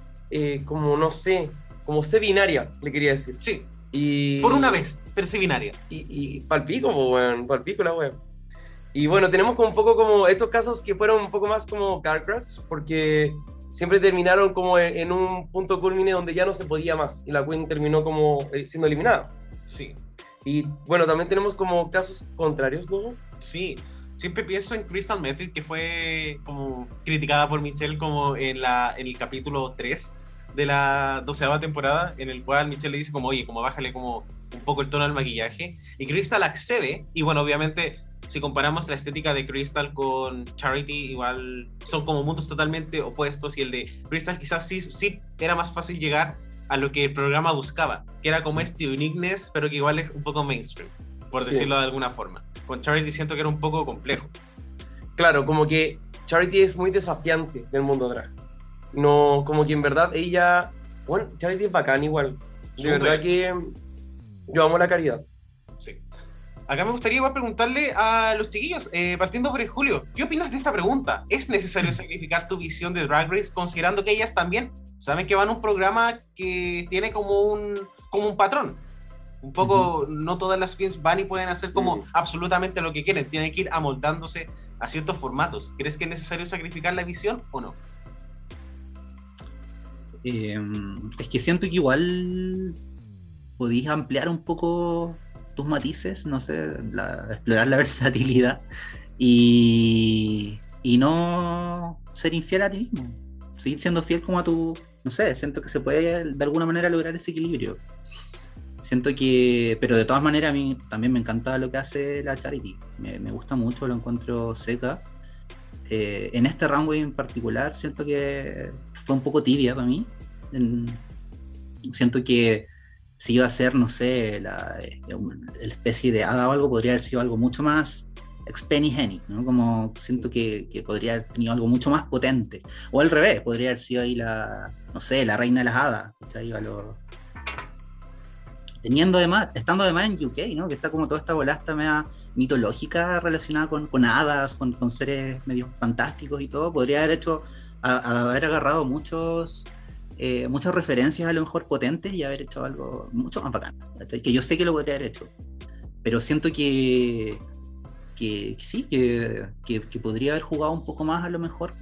no sé, como C binaria, le quería decir. Sí, y por una vez, pero C binaria. Y palpico, weón, palpico la wea. Y bueno, tenemos como un poco como estos casos que fueron un poco más como car cracks, porque siempre terminaron como en un punto culmine donde ya no se podía más, y la queen terminó como siendo eliminada. Sí. Y bueno, también tenemos como casos contrarios, ¿no? Sí, siempre pienso en Crystal Method, que fue como criticada por Michelle como en el capítulo 3 de la 12ª temporada, en el cual Michelle le dice como, oye, como bájale como un poco el tono al maquillaje, y Crystal accede, y bueno, obviamente si comparamos la estética de Crystal con Charity, igual son como mundos totalmente opuestos, y el de Crystal quizás sí era más fácil llegar a lo que el programa buscaba, que era como este uniqueness, pero que igual es un poco mainstream, por decirlo de alguna forma. Con Charity siento que era un poco complejo. Claro, como que Charity es muy desafiante del mundo drag. No, como que en verdad ella... Bueno, Charity es bacán igual. De verdad que yo amo la caridad. Sí. Acá me gustaría igual preguntarle a los chiquillos, partiendo por el Julio, ¿qué opinas de esta pregunta? ¿Es necesario sacrificar tu visión de Drag Race considerando que ellas también saben que van a un programa que tiene como un patrón? Un poco, no todas las queens van y pueden hacer como absolutamente lo que quieren, tienen que ir amoldándose a ciertos formatos. ¿Crees que es necesario sacrificar la visión o no? Es que siento que igual podéis ampliar un poco tus matices, no sé, explorar la versatilidad y no ser infiel a ti mismo. Seguir siendo fiel como a tu... No sé, siento que se puede de alguna manera lograr ese equilibrio. Siento que... Pero de todas maneras a mí también me encanta lo que hace la Charity. Me gusta mucho, lo encuentro seca. En este runway en particular siento que fue un poco tibia para mí. Siento que si iba a ser, no sé, la especie de hada o algo, podría haber sido algo mucho más Penny Henny, ¿no? Como siento que podría haber tenido algo mucho más potente. O al revés, podría haber sido ahí no sé, la reina de las hadas. Estando además en UK, ¿no? Que está como toda esta bolasta media mitológica relacionada con hadas, con seres medio fantásticos y todo, podría haber haber agarrado muchas referencias a lo mejor potentes y haber hecho algo mucho más bacán, que yo sé que lo podría haber hecho, pero siento que sí, que podría haber jugado un poco más a lo mejor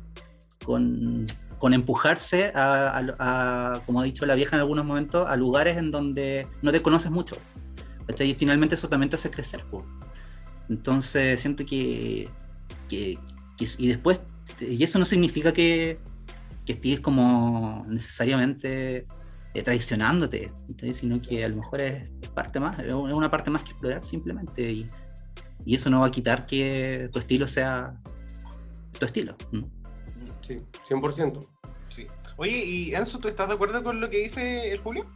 con empujarse como ha dicho la vieja en algunos momentos, a lugares en donde no te conoces mucho, ¿cachai? Y finalmente eso también te hace crecer, pues. Entonces siento que y después, y eso no significa que estés como necesariamente traicionándote, ¿sí? Sino que a lo mejor es parte más, es una parte más que explorar simplemente, y eso no va a quitar que tu estilo sea tu estilo. Sí, 100%. Sí. Oye, y Enzo, ¿tú estás de acuerdo con lo que dice el Julio?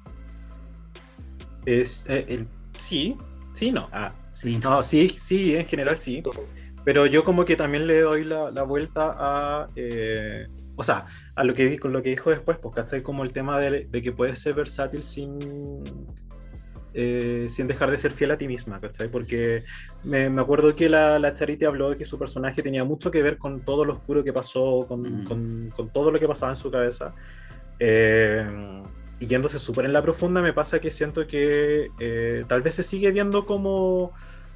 Sí, no. Sí. No, sí, en general sí. Pero yo como que también le doy la vuelta o sea, con lo que dijo después, pues, ¿cachai? Como el tema de que puedes ser versátil sin dejar de ser fiel a ti misma, ¿cachai? Porque me acuerdo que la Charity habló de que su personaje tenía mucho que ver con todo lo oscuro que pasó, con todo lo que pasaba en su cabeza. Y yéndose súper en la profunda, me pasa que siento que tal vez se sigue viendo como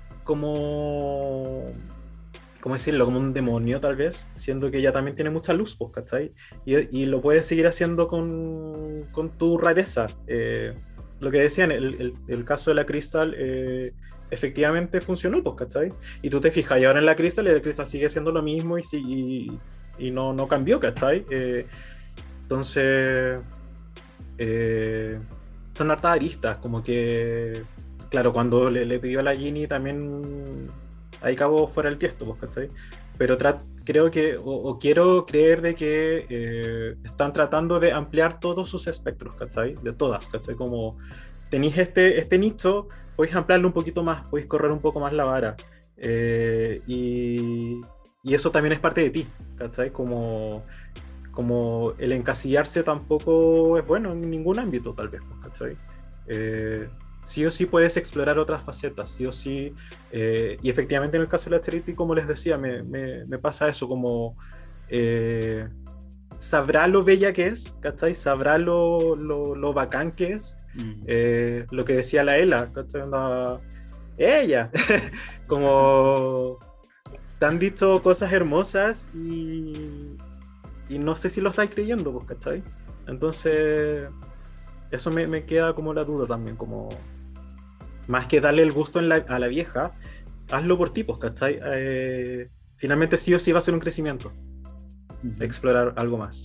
¿cómo decirlo? Como un demonio, tal vez, siendo que ella también tiene mucha luz, pues, ¿cachai? Y lo puedes seguir haciendo con tu rareza. Lo que decían, el caso de la Crystal efectivamente funcionó, pues, ¿cachai? Y tú te fijas, y ahora en la Crystal sigue siendo lo mismo y no cambió, ¿cachai? Entonces, son hartas aristas, como que, claro, cuando le pidió a la Ginny también... ahí acabó fuera el tiesto, pues, ¿cachai? Pero creo que, o quiero creer de que están tratando de ampliar todos sus espectros, ¿cachai? De todas, ¿cachai? Como tenéis este nicho, podéis ampliarlo un poquito más, podéis correr un poco más la vara. Y eso también es parte de ti, ¿cachai? Como el encasillarse tampoco es bueno en ningún ámbito, tal vez, ¿cachai? Sí o sí puedes explorar otras facetas, sí o sí, y efectivamente en el caso de la Charity, como les decía, me pasa eso, como sabrá lo bella que es, ¿cachai? Sabrá lo bacán que es, lo que decía la Ela, ¿cachai? Ella, como te han dicho cosas hermosas y no sé si lo estáis creyendo, pues, ¿cachai? Entonces... eso me queda como la duda también, como más que darle el gusto a la vieja, hazlo por tipos, ¿cachai? Finalmente sí o sí va a ser un crecimiento, explorar algo más.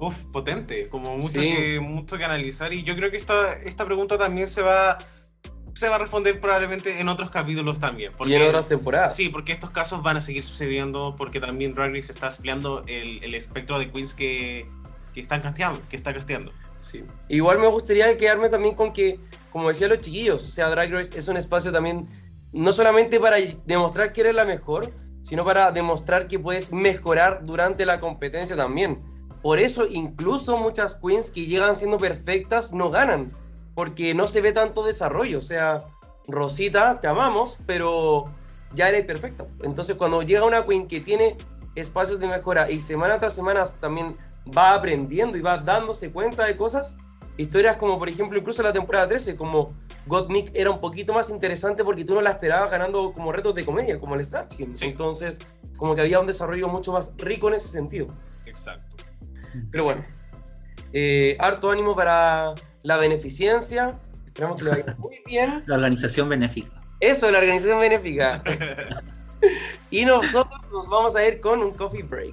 Potente, como mucho que analizar, y yo creo que esta pregunta también se va se va a responder probablemente en otros capítulos también. Y en otras temporadas. Sí, porque estos casos van a seguir sucediendo porque también Drag Race está ampliando el espectro de queens que está casteando. Sí. Igual me gustaría quedarme también con que, como decían los chiquillos, o sea, Drag Race es un espacio también, no solamente para demostrar que eres la mejor, sino para demostrar que puedes mejorar durante la competencia también. Por eso incluso muchas queens que llegan siendo perfectas no ganan, porque no se ve tanto desarrollo. O sea, Rosita, te amamos, pero ya eres perfecta. Entonces cuando llega una queen que tiene espacios de mejora y semana tras semana también va aprendiendo y va dándose cuenta de cosas, historias como por ejemplo incluso la temporada 13, como Gottmik era un poquito más interesante porque tú no la esperabas ganando como retos de comedia, como el Snatch Game. Sí. Entonces como que había un desarrollo mucho más rico en ese sentido. Exacto. Pero bueno, harto ánimo para la beneficencia. Esperamos que le vaya muy bien. La organización benéfica. Eso, la organización benéfica. Y nosotros nos vamos a ir con un coffee break.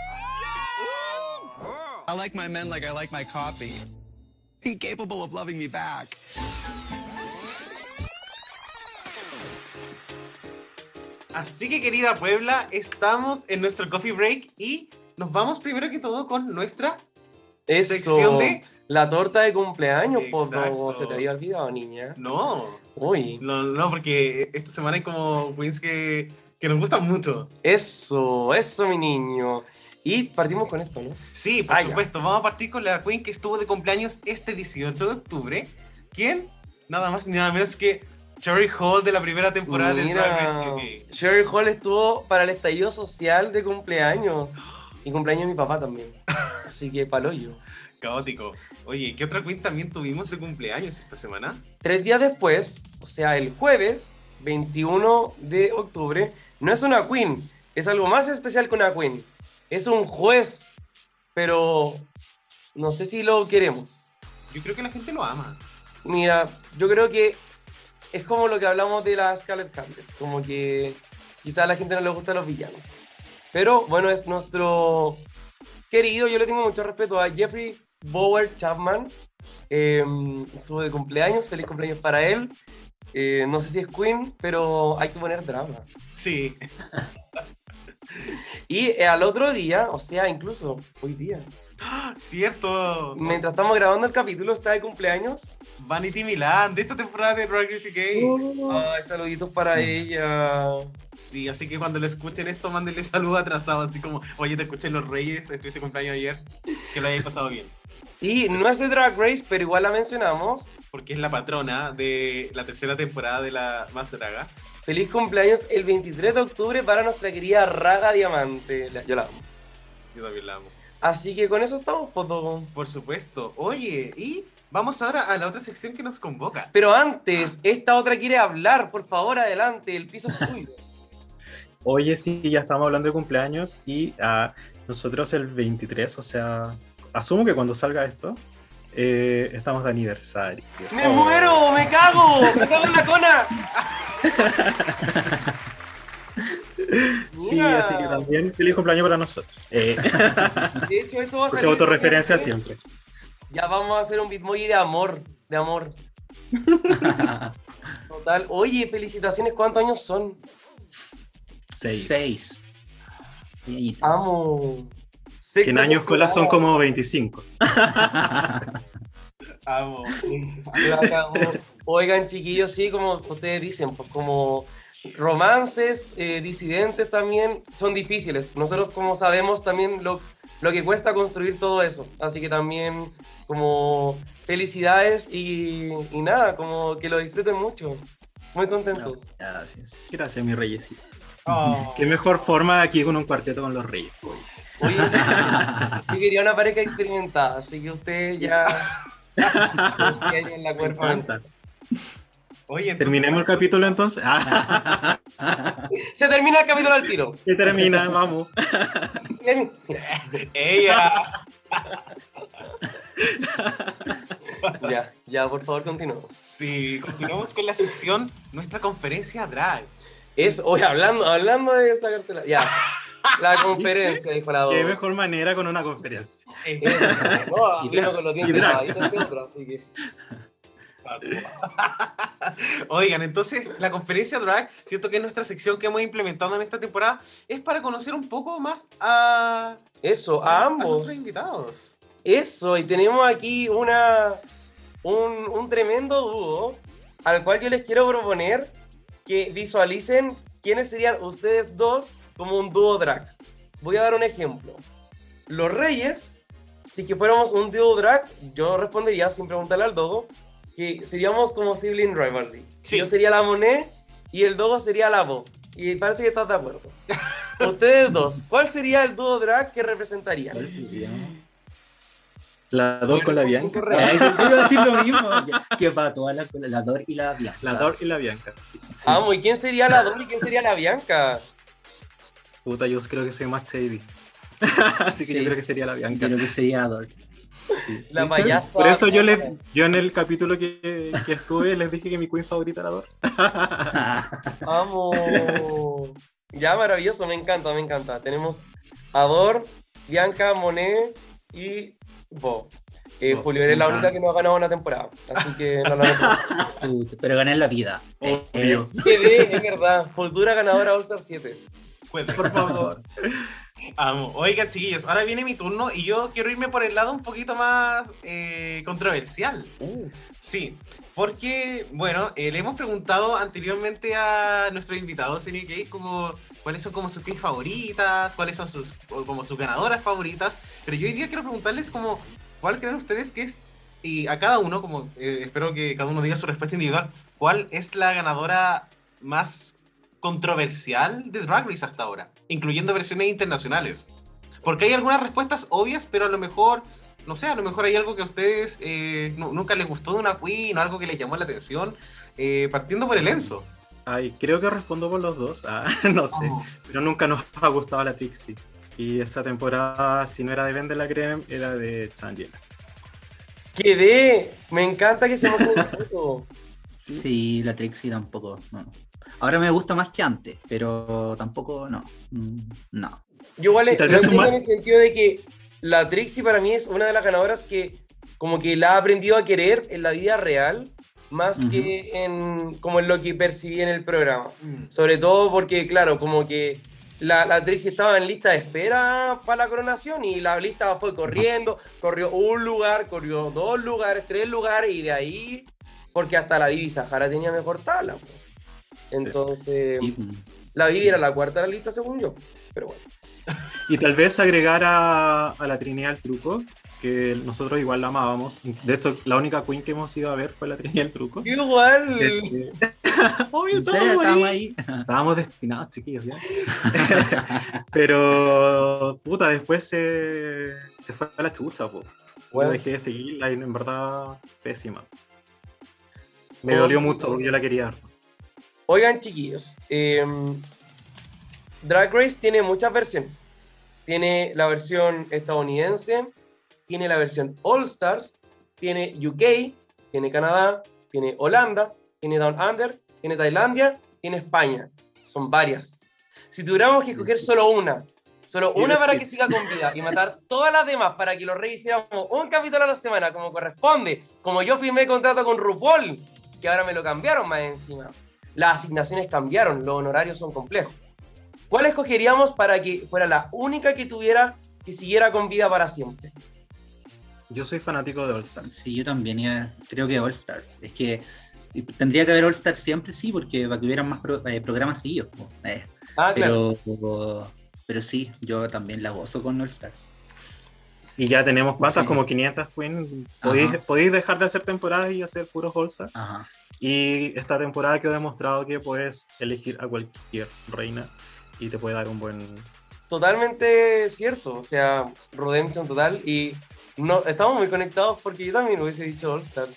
I like my men like I like my coffee. Incapable of loving me back. Así que, querida Puebla, estamos en nuestro coffee break y nos vamos primero que todo con nuestra Eso, sección de... la torta de cumpleaños, por Exacto. favor. Se te había olvidado, niña. No, Uy, no, porque esta semana hay como queens que nos gustan mucho. eso, mi niño. Y partimos con esto, ¿no? Sí, por Ah, ya. supuesto. Vamos a partir con la queen que estuvo de cumpleaños este 18 de octubre. ¿Quién? Nada más ni nada menos que Cherry Hall de la primera temporada de Drag Race UK. Sherry Hall estuvo para el estallido social de cumpleaños. Y cumpleaños de mi papá también. Así que paloyo. Caótico. Oye, ¿qué otra queen también tuvimos de cumpleaños esta semana? 3 días después, o sea, el jueves 21 de octubre, no es una queen, es algo más especial que una queen. Es un juez, pero no sé si lo queremos. Yo creo que la gente lo ama. Mira, yo creo que es como lo que hablamos de la Scarlett Campbell, como que quizás a la gente no le gustan los villanos. Pero bueno, es nuestro querido, yo le tengo mucho respeto a Jeffrey Bower Chapman. Estuvo de cumpleaños, feliz cumpleaños para él. No sé si es Queen, pero hay que poner drama. Sí. Y al otro día, o sea, incluso hoy día, Cierto. mientras estamos grabando el capítulo, está de cumpleaños. Vanity Milan, de esta temporada de Drag Race UK. Ay, saluditos para ella. Sí, así que cuando lo escuchen esto, mándenle saludos atrasados, así como, oye, te escuché en Los Reyes, estuviste cumpleaños ayer, que lo hayáis pasado bien. Y no es de Drag Race, pero igual la mencionamos. Porque es la patrona de la tercera temporada de la Más Draga. Feliz cumpleaños el 23 de octubre para nuestra querida Raga Diamante. Yo la amo. Yo también la amo. Así que con eso estamos, Foto. Por supuesto. Oye, y vamos ahora a la otra sección que nos convoca. Pero antes, esta otra quiere hablar. Por favor, adelante. El piso es suyo. Oye, sí, ya estamos hablando de cumpleaños y nosotros el 23, o sea, asumo que cuando salga esto, estamos de aniversario. ¡Me muero! ¡Me cago! ¡Me cago en la cona! Sí, Mira. así que también feliz cumpleaños para nosotros. De hecho, esto va a Porque salir... autorreferencia siempre. Ya vamos a hacer un bitmoji de amor. De amor. Total. Oye, felicitaciones. ¿Cuántos años son? 6. Amo. Que en años cola son como 25. Amo. La cagó. Oigan, chiquillos, sí, como ustedes dicen, pues como romances, disidentes también son difíciles. Nosotros como sabemos también lo que cuesta construir todo eso. Así que también como felicidades y nada, como que lo disfruten mucho. Muy contentos. Gracias. Gracias, mi reyesito. Oh. Qué mejor forma aquí con un cuarteto con los reyes. Oye, yo quería una pareja experimentada, así que ustedes ya en la Me cuerpa. encanta. Oye, entonces, Terminemos el capítulo entonces. Se termina el capítulo al tiro. Que termina, vamos. ella. Ya, por favor, continuemos. Sí, continuamos con la sección Nuestra Conferencia Drag. Oye, hablando de esta carcela, ya. La conferencia, dijo la Qué dos. mejor manera con una conferencia. No, Y vino drag. con los Y dientes drag. lavaditos este otro, así que. Oigan, entonces la conferencia drag, siento que es nuestra sección que hemos implementado en esta temporada, es para conocer un poco más a ambos. nuestros invitados. Eso, y tenemos aquí un tremendo dúo al cual yo les quiero proponer que visualicen quiénes serían ustedes dos como un dúo drag. Voy a dar un ejemplo. Los Reyes, si que fuéramos un dúo drag, yo respondería sin preguntarle al Dogo que seríamos como sibling rivalry. Sí. Yo sería la Monet y el Dogo sería la Bo. Y parece que estás de acuerdo. Ustedes dos, ¿cuál sería el dúo drag que representarían? La Dor con la Bianca. Yo iba a decir lo mismo. Que va toda la Dor y la Bianca. La Dor y la Bianca, sí. Vamos, ¿y quién sería la Dor y quién sería la Bianca? Puta, yo creo que soy más shady. Así que Sí. yo creo que sería la Bianca. Creo que sería Dor. Sí. La payasa. Por eso yo en el capítulo que estuve les dije que mi queen favorita era Dor. Vamos. Ya, maravilloso, me encanta. Tenemos a Dor, Bianca, Monet y Bob. Julio, eres la única que no ha ganado una temporada, así que no la Pero gané en la vida. Obvio. Quedé, es verdad, futura ganadora All Star 7. Cuéntame, por favor. Amo. Oigan, chiquillos, ahora viene mi turno y yo quiero irme por el lado un poquito más controversial. Sí, porque, bueno, le hemos preguntado anteriormente a nuestros invitados en UK como cuáles son como sus queens favoritas, cuáles son sus ganadoras favoritas, pero yo hoy día quiero preguntarles como cuál creen ustedes que es, y a cada uno, como espero que cada uno diga su respuesta individual, cuál es la ganadora más controversial de Drag Race hasta ahora, incluyendo versiones internacionales. Porque hay algunas respuestas obvias, pero a lo mejor, no sé, a lo mejor hay algo que a ustedes nunca les gustó de una queen o algo que les llamó la atención, partiendo por el Enzo. Ay, creo que respondo por los dos. No sé, pero nunca nos ha gustado la Trixie. Y esta temporada, si no era de Vende la Creme, era de Changela. Quedé, me encanta que se me ocurra eso. Sí, la Trixie tampoco. No. Ahora me gusta más que antes, pero tampoco no. No. Yo igual Y tal lo vez entiendo un en el sentido de que la Trixie para mí es una de las ganadoras que como que la ha aprendido a querer en la vida real más que como en lo que percibí en el programa. Sobre todo porque, claro, como que la Trixie estaba en lista de espera para la coronación y la lista fue corriendo, corrió un lugar, corrió 2 lugares, 3 lugares y de ahí, porque hasta la Vivi Sahara tenía mejor tabla. Pues. Entonces, la Vivi era la cuarta de la lista según yo, pero bueno. Y tal vez agregar a la Trinidad del Truco, que nosotros igual la amábamos. De hecho, la única queen que hemos ido a ver fue la Trinidad del Truco. Igual. Obvio, ¿En serio estábamos ahí? Estábamos destinados, chiquillos, ya. Pero, puta, después se fue a la chucha, po. Bueno, dejé de seguirla y en verdad, pésima. Me dolió mucho porque yo la quería. Oigan, chiquillos, Drag Race tiene muchas versiones. Tiene la versión estadounidense, tiene la versión All Stars, tiene UK, tiene Canadá, tiene Holanda, tiene Down Under, tiene Tailandia, tiene España. Son varias. Si tuviéramos que escoger solo una para que siga con vida y matar todas las demás para que los Reyes hiciéramos un capítulo a la semana como corresponde, como yo firmé contrato con RuPaul, que ahora me lo cambiaron más encima. Las asignaciones cambiaron, los honorarios son complejos. ¿Cuál escogeríamos para que fuera la única que siguiera con vida para siempre? Yo soy fanático de All Stars. Sí, yo también creo que All Stars. Es que tendría que haber All Stars siempre, sí, porque para que hubieran más programas seguidos. Claro. Pero sí, yo también la gozo con All Stars. Y ya tenemos pasas como 500 queens. Podéis dejar de hacer temporadas y hacer puros All Stars. Ajá. Y esta temporada quedó demostrado que puedes elegir a cualquier reina y te puede dar un buen... Totalmente cierto, o sea, Redemption total, y no, estamos muy conectados porque yo también hubiese dicho All Stars.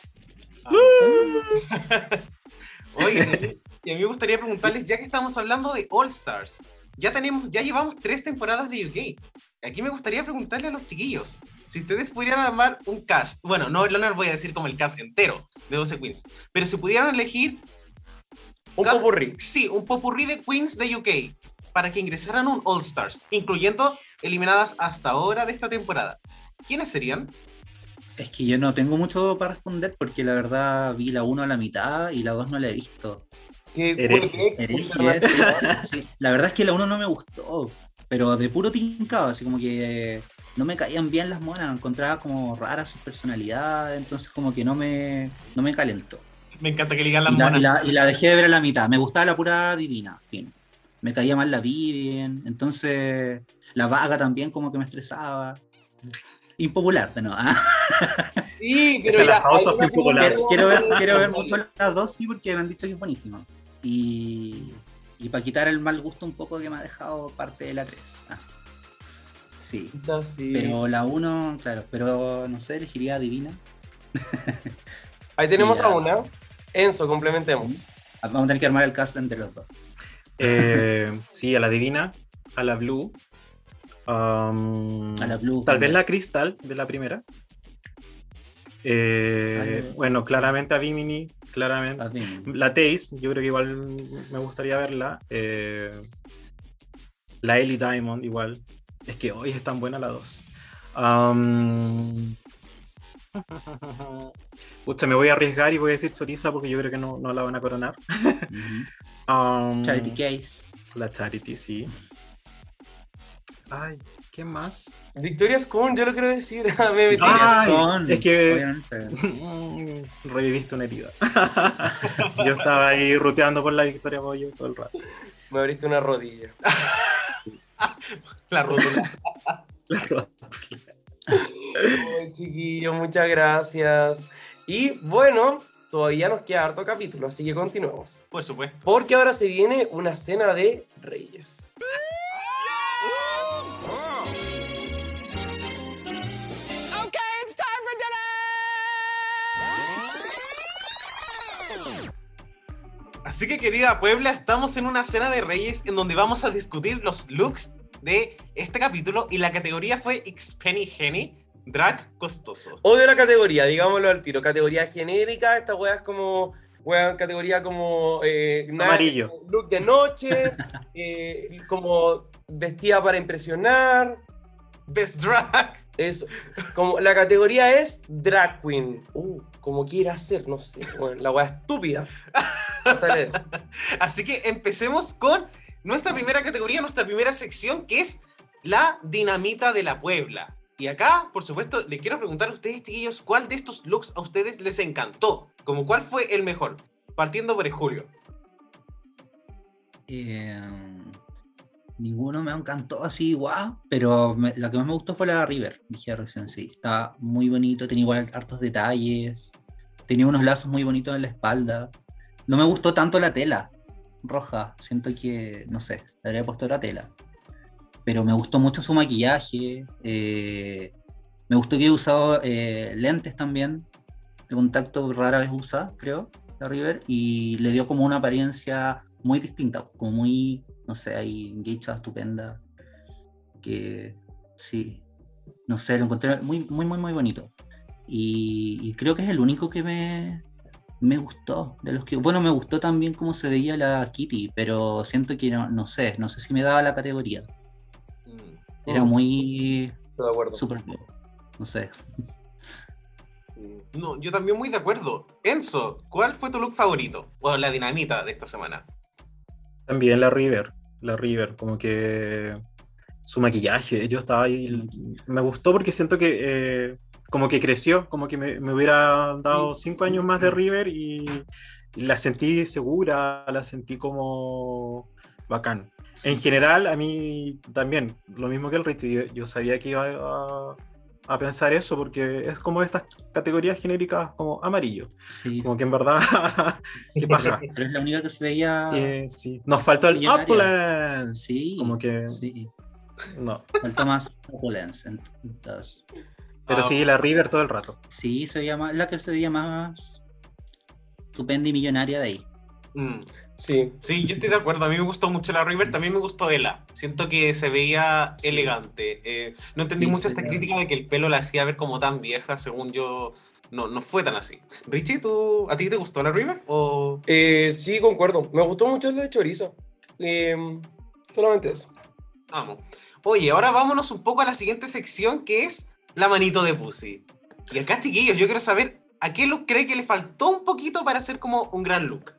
Oye, y a mí me gustaría preguntarles, ya que estamos hablando de All Stars, ya llevamos 3 temporadas de UK. Aquí me gustaría preguntarle a los chiquillos, si ustedes pudieran armar un cast, bueno, no les voy a decir como el cast entero de 12 queens, pero si pudieran elegir un popurrí. Sí, un popurrí de queens de UK para que ingresaran a un All Stars, incluyendo eliminadas hasta ahora de esta temporada. ¿Quiénes serían? Es que yo no tengo mucho para responder porque la verdad vi la 1 a la mitad y la 2 no la he visto. ¿Qué? Hereje, sí. La verdad es que la 1 no me gustó, pero de puro tincado, así como que no me caían bien las monas, encontraba como raras sus personalidades, entonces como que no me calentó. Me encanta que ligan las Y monas. la dejé de ver a la mitad. Me gustaba la pura Divina, fin. Me caía mal la Vivian, entonces la vaga también como que me estresaba. Impopular de nuevo. Sí, Esa pero la ya, pausa hay fue una impopular. como- Quiero ver mucho las dos, sí, porque me han dicho que es buenísimo. Y para quitar el mal gusto un poco que me ha dejado parte de la 3. Sí. Sí. Pero la 1, claro, pero no sé, elegiría Divina. Ahí tenemos Ya. a una. Enzo, complementemos. Vamos a tener que armar el cast entre los dos. Sí, a la Divina, a la Blue. A la Blue. Tal vez la Crystal de la primera. Bueno, claramente a Bimini, claramente. A Divina. La Taze, yo creo que igual me gustaría verla. La Ellie Diamond, igual. Es que hoy es tan buena la 2. Pucha, me voy a arriesgar y voy a decir Choriza porque yo creo que no la van a coronar. Ujú. Charity Case. La Charity, sí. Ay, ¿qué más? Victoria Scone, yo lo quiero decir. Me metí. Ay, Con, es que obviamente. reviviste una herida. Yo estaba ahí ruteando por la Victoria Pollo todo el rato. Me abriste una rodilla. La rótula. La rótula. Ay, chiquillos, muchas gracias. Y bueno, todavía nos queda harto capítulo, así que continuemos. Por supuesto. Porque ahora se viene una cena de reyes. Okay, it's time for dinner! Así que, querida Puebla, estamos en una cena de reyes en donde vamos a discutir los looks de este capítulo y la categoría fue Xpenny Henny, drag costoso. Odio la categoría, digámoslo al tiro. Categoría genérica, esta wea es como... Wea, categoría como... Amarillo. Look de noche, como vestida para impresionar. Best drag. Eso. Como, la categoría es drag queen. Como quiera ser, no sé. Bueno, la wea estúpida. Sale. Así que empecemos con nuestra primera categoría, nuestra primera sección, que es la dinamita de la Puebla. Y acá, por supuesto, les quiero preguntar a ustedes, chiquillos, ¿cuál de estos looks a ustedes les encantó? Como cuál fue el mejor, partiendo por el Julio. Ninguno me encantó así, guau, pero la que más me gustó fue la River, dije recién, sí. Estaba muy bonito, tenía igual hartos detalles, tenía unos lazos muy bonitos en la espalda. No me gustó tanto la tela roja, siento que, no sé, le habría puesto otra tela. Pero me gustó mucho su maquillaje, me gustó que haya usado lentes también, de contacto rara vez usa, creo, la River, y le dio como una apariencia muy distinta, como muy, no sé, ahí geisha estupenda, que sí, no sé, lo encontré muy, muy, muy, muy bonito. Y creo que es el único que me gustó, de los que, bueno, me gustó también cómo se veía la Kitty, pero siento que no sé si me daba la categoría. Era muy Estoy de acuerdo. super, no sé. No, yo también muy de acuerdo. Enzo, ¿cuál fue tu look favorito? O la dinamita de esta semana. También la River, como que su maquillaje, yo estaba ahí, me gustó porque siento que como que creció, como que me hubiera dado 5 años más de River y la sentí segura, la sentí como bacán. En general, a mí también, lo mismo que el Richie, yo sabía que iba a pensar eso porque es como estas categorías genéricas como amarillo, Sí. como que en verdad, qué paja. Pero es la única que se veía. Sí. Nos faltó el Millonaria. opulence. Sí, Como que sí. no. Falta más opulence. Entonces, Pero sí, la River todo el rato. sí, se veía más, la que se veía más estupenda y millonaria de ahí. Sí. Sí, yo estoy de acuerdo. A mí me gustó mucho la River, también me gustó Ella. Siento que se veía Sí. elegante. No entendí Sí, mucho sí, esta claro. crítica de que el pelo la hacía ver como tan vieja, según yo. No fue tan así. Richie, ¿a ti te gustó la River? ¿O... Sí, concuerdo. Me gustó mucho el de chorizo. Solamente eso. Vamos. Oye, ahora vámonos un poco a la siguiente sección, que es la manito de Pussy. Y acá, chiquillos, yo quiero saber ¿a qué look cree que le faltó un poquito para hacer como un gran look?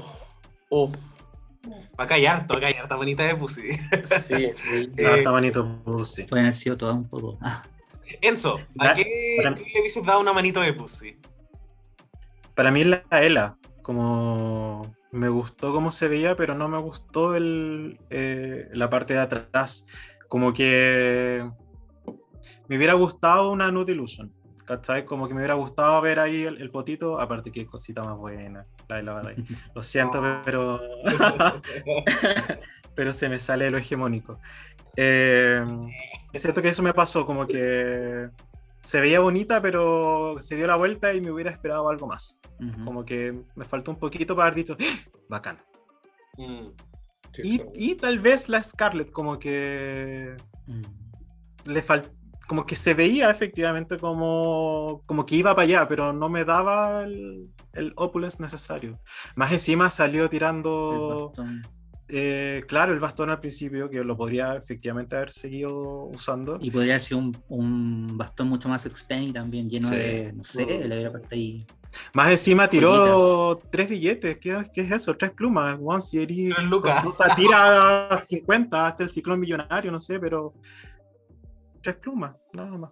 Acá hay harta manita de Pussy. Sí. Harta manito Pussy. Pueden haber sido todas un poco. Enzo, ¿a qué le hubieses dado una manito de Pussy? Para mí la Ela, como me gustó cómo se veía, pero no me gustó la parte de atrás. Como que me hubiera gustado una Nude Illusion, ¿cachai? Como que me hubiera gustado ver ahí el potito, aparte que cosita más buena. Lo siento, pero pero se me sale lo hegemónico. Siento que eso me pasó, como que se veía bonita, pero se dio la vuelta y me hubiera esperado algo más. Como que me faltó un poquito para haber dicho, ¡ah! Bacán. Sí, Y tal vez la Scarlett, como que le faltó, como que se veía efectivamente como que iba para allá, pero no me daba el opulence necesario. Más encima salió tirando, claro, el bastón al principio, que lo podría efectivamente haber seguido usando. Y podría haber sido un bastón mucho más expensive también, lleno de, no sé, le hubiera puesto ahí. Más encima tiró 3 billetes, ¿qué es eso? 3 plumas, once y 3 lucas. O sea, tira 50 hasta el ciclón millonario, no sé, pero 3 plumas, nada más.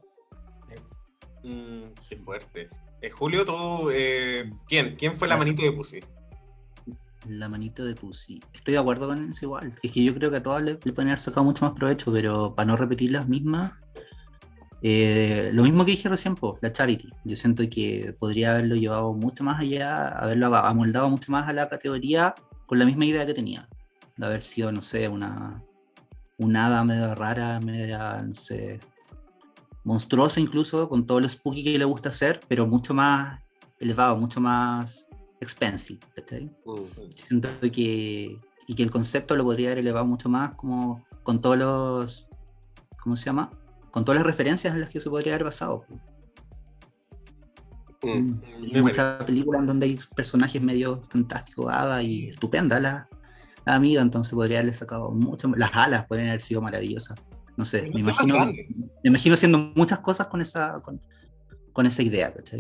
Qué fuerte. Julio, tú, ¿quién fue la manito de Pussy? La manito de Pussy. Estoy de acuerdo con eso igual. Es que yo creo que a todas le pueden haber sacado mucho más provecho, pero para no repetir las mismas, lo mismo que dije recién, la Charity. Yo siento que podría haberlo llevado mucho más allá, haberlo amoldado mucho más a la categoría con la misma idea que tenía. De haber sido, no sé, una hada medio rara, media, no sé, monstruosa incluso, con todo lo spooky que le gusta hacer, pero mucho más elevado, mucho más expensive, ¿cachai? Siento que el concepto lo podría haber elevado mucho más, como con todos los, ¿cómo se llama? Con todas las referencias en las que se podría haber basado. Hay muchas películas en donde hay personajes medio fantásticos, hada y estupenda la amiga, entonces podría haberle sacado mucho. Las alas podrían haber sido maravillosas. No sé, me imagino haciendo muchas cosas con esa idea, ¿cachai?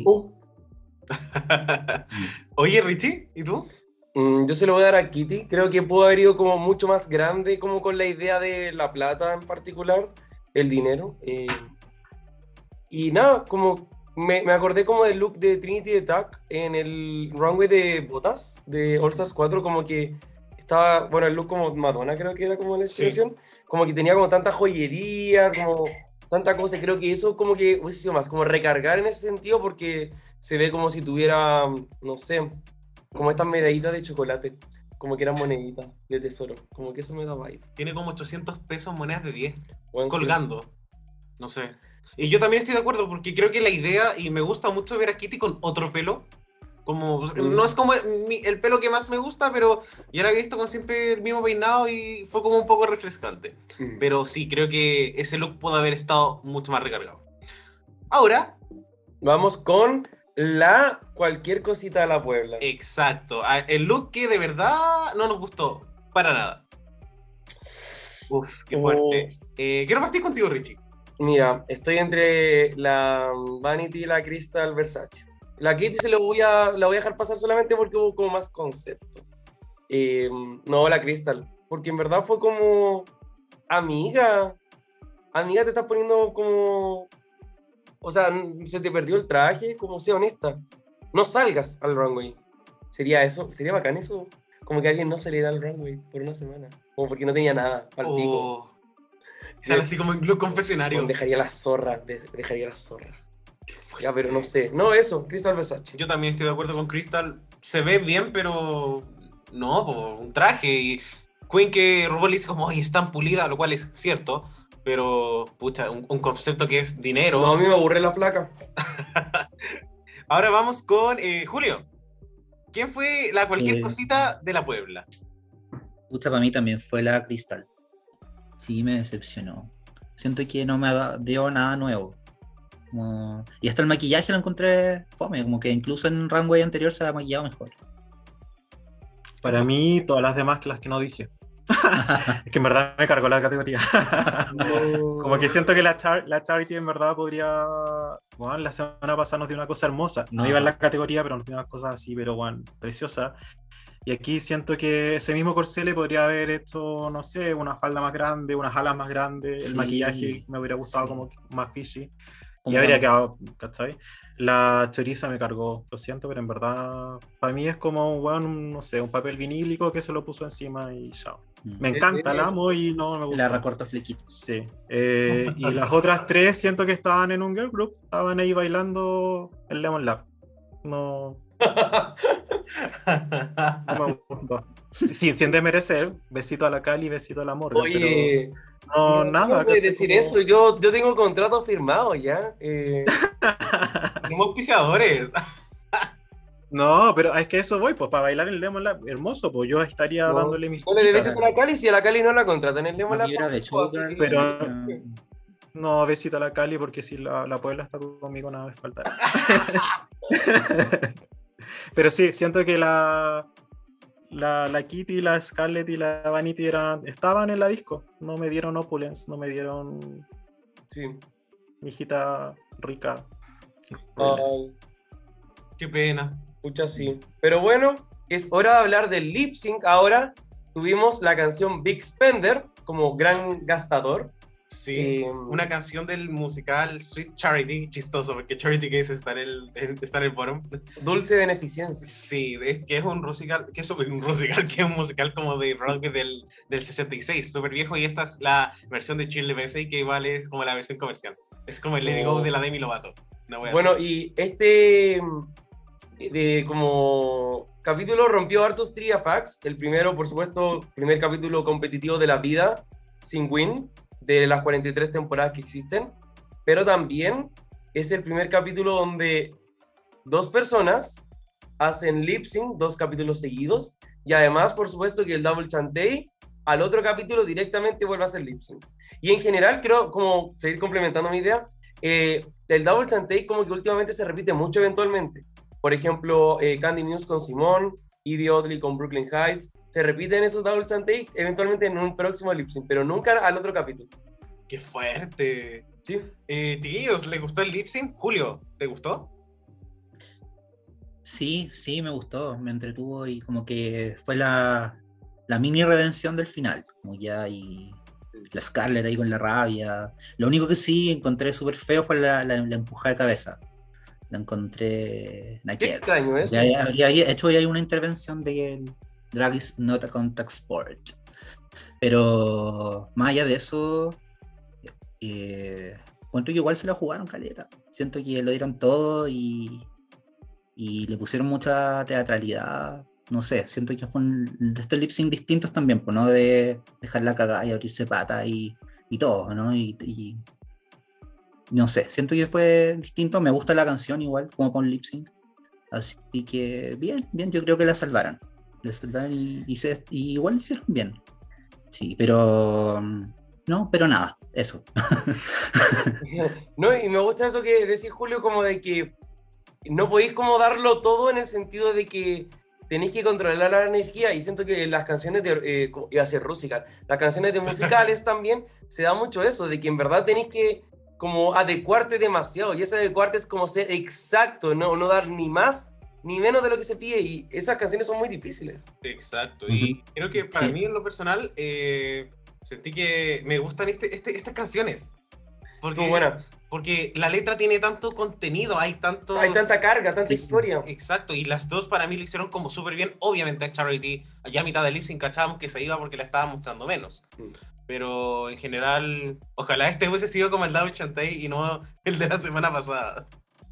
Oye, Richie, ¿y tú? Yo se lo voy a dar a Kitty. Creo que pudo haber ido como mucho más grande, como con la idea de la plata en particular, el dinero. Y nada, como me acordé como del look de Trinity Attack en el runway de botas de All Stars 4, como que estaba, bueno, el look como Madonna creo que era como la inspiración, como que tenía como tanta joyería, como tanta cosa. Creo que eso como que hubiese sido más, como recargar en ese sentido, porque se ve como si tuviera, no sé, como estas medallitas de chocolate, como que eran moneditas de tesoro, como que eso me da vibe. Tiene como 800 pesos monedas de 10 Bueno, colgando, no sé. Y yo también estoy de acuerdo, porque creo que la idea, y me gusta mucho ver a Kitty con otro pelo, como, no es como el pelo que más me gusta, pero yo la había visto con siempre el mismo peinado y fue como un poco refrescante. Pero sí, creo que ese look pudo haber estado mucho más recargado. Ahora vamos con la cualquier cosita de la Puebla. Exacto, el look que de verdad no nos gustó para nada. Uf, qué fuerte. Quiero partir contigo, Richie. Mira, estoy entre la Vanity y la Crystal Versace. La Kitty la voy a dejar pasar solamente porque hubo como más concepto. No, la Crystal, porque en verdad fue como amiga te estás poniendo como, o sea, se te perdió el traje, como sea honesta, no salgas al runway. Sería bacán eso, como que alguien no saliera al runway por una semana, como porque no tenía nada al pico. Sale así como en look confesionario. Dejaría la zorra. Ya, pero no sé. No, eso, Crystal Versace. Yo también estoy de acuerdo con Crystal. Se ve bien, pero no, un traje. Y Queen, que RuPaul dice como, oye, es tan pulida, lo cual es cierto. Pero, pucha, un concepto que es dinero. No, a mí me aburre la flaca. Ahora vamos con Julio. ¿Quién fue la cualquier cosita de la Puebla? Pucha, para mí también fue la Crystal. Sí, me decepcionó. Siento que no me dio nada nuevo. Y hasta el maquillaje lo encontré fome, como que incluso en runway anterior se ha maquillado mejor. Para mí, todas las demás que las que no dije. Es que en verdad me cargó la categoría. Como que siento que la Charity en verdad podría... Bueno, la semana pasada nos dio una cosa hermosa. No iba en la categoría, pero nos dio unas cosas así, pero bueno, preciosa. Y aquí siento que ese mismo Corsele podría haber hecho, no sé, una falda más grande, unas alas más grandes, el maquillaje me hubiera gustado como más fishy. Y habría quedado, ¿cachai? La choriza me cargó, lo siento, pero en verdad para mí es como, bueno, no sé, un papel vinílico que se lo puso encima y chao. Me encanta, la amo y no me gusta. La recorto flequitos. Sí. Y las otras tres siento que estaban en un girl group, estaban ahí bailando el Lemon Lab. No me gustó. Sí, sin desmerecer, besito a la Cali, besito a la Morgan. Oye, pero no, nada. ¿cómo puedes decir eso? Yo tengo contrato firmado ya. Somos auspiciadores. No, pero es que eso voy, pues para bailar el Lemon Lab, hermoso, pues yo estaría dándole mis... No le beses a la Cali si a la Cali no la contratan en el Lemon Lab. De Sugar, pero no, besito a la Cali porque si la Puebla está conmigo nada me falta. Pero sí, siento que la Kitty, la Scarlett y la Vanity estaban en la disco, no me dieron opulence, no me dieron hijita rica. Qué pena. Pucha, sí. Pero bueno, es hora de hablar del lip sync. Ahora tuvimos la canción Big Spender como gran gastador. Sí, una canción del musical Sweet Charity, chistoso, porque Charity Case está en el bottom. Dulce beneficencia. Sí, que es un musical, que es un musical como de Broadway del 66, súper viejo, y esta es la versión de Shirley Bassey, que igual es como la versión comercial. Es como el Let It Go de la Demi Lovato. Bueno, y como capítulo rompió hartos trivia facts. El primero, por supuesto, primer capítulo competitivo de la vida, sin win, de las 43 temporadas que existen, pero también es el primer capítulo donde dos personas hacen lip sync, 2 capítulos seguidos, y además, por supuesto, que el Double Chantey al otro capítulo directamente vuelve a hacer lip sync. Y en general, creo, como seguir complementando mi idea, el Double Chantey como que últimamente se repite mucho eventualmente. Por ejemplo, Candy Muse con Simone, Evie Oddly con Brooklyn Heights, se repiten esos Double Chantey eventualmente en un próximo lip sync, pero nunca al otro capítulo. ¡Qué fuerte! Sí. Chiquillos, ¿les gustó el lip sync? Julio, ¿te gustó? Sí, me gustó, me entretuvo y como que fue la mini redención del final, como ya y la Scarlett ahí con la rabia. Lo único que sí encontré súper feo fue la empujada de cabeza. La encontré... Qué extraño eso. Ya hecho ya hay una intervención de Drag is not a contact sport. Pero más allá de eso, cuento que igual se la jugaron caleta. Siento que lo dieron todo y le pusieron mucha teatralidad. No sé, siento que fue de estos lip sync distintos también, pues, ¿no? De dejar la cagada y abrirse pata y todo, ¿no? Y no sé, siento que fue distinto. Me gusta la canción igual, como con lip sync. Así que bien, yo creo que la salvaron. Y igual lo hicieron bien. Sí, pero nada, eso. No, y me gusta eso que decís, Julio, como de que no podéis como darlo todo en el sentido de que tenéis que controlar la energía, y siento que las canciones iba a ser musical, las canciones de musicales también se da mucho eso, de que en verdad tenéis que como adecuarte demasiado, y ese adecuarte es como ser exacto, no dar ni más ni menos de lo que se pide, y esas canciones son muy difíciles. Exacto, y creo que para mí en lo personal sentí que me gustan estas canciones. Porque la letra tiene tanto contenido, hay tanta carga, tanta historia. Exacto, y las dos para mí lo hicieron como súper bien. Obviamente a Charity, allá a mitad del lip sync cachábamos que se iba porque la estaba mostrando menos. Pero en general, ojalá este hubiese sido como el Double Chantey y no el de la semana pasada.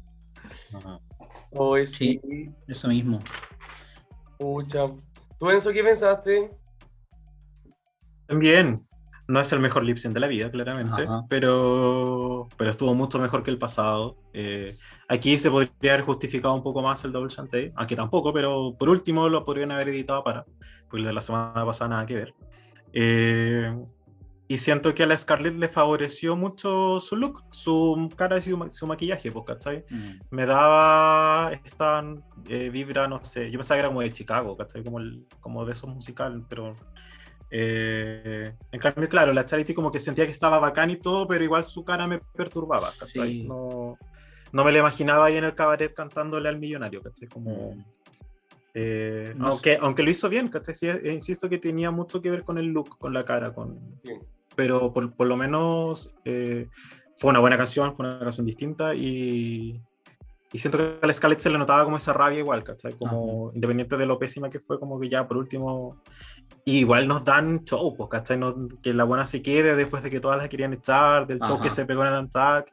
Hoy sí, eso mismo. Pucha. ¿Tú, Enzo, qué pensaste? También. No es el mejor lip sync de la vida, claramente, pero estuvo mucho mejor que el pasado. Aquí se podría haber justificado un poco más el Double Chantey, aunque tampoco, pero por último lo podrían haber editado porque el de la semana pasada nada que ver. Y siento que a la Scarlett le favoreció mucho su look, su cara y su maquillaje, pues, ¿cachai? Me daba esta vibra, no sé, yo pensaba que era como de Chicago, ¿cachai? Como de esos musicales, pero En cambio, claro, la Charity como que sentía que estaba bacán y todo, pero igual su cara me perturbaba, ¿cachai? Sí. No me la imaginaba ahí en el cabaret cantándole al millonario, ¿cachai? Como... No aunque lo hizo bien, ¿cachai? Sí, insisto que tenía mucho que ver con el look, con la cara, Bien. pero por lo menos fue una buena canción, fue una canción distinta y siento que a la Scarlett se le notaba como esa rabia igual, ¿cachai? Como independiente de lo pésima que fue, como que ya por último igual nos dan show, pues, ¿cachai? Que la buena se quede después de que todas la querían echar, del show que se pegó en el Untucked.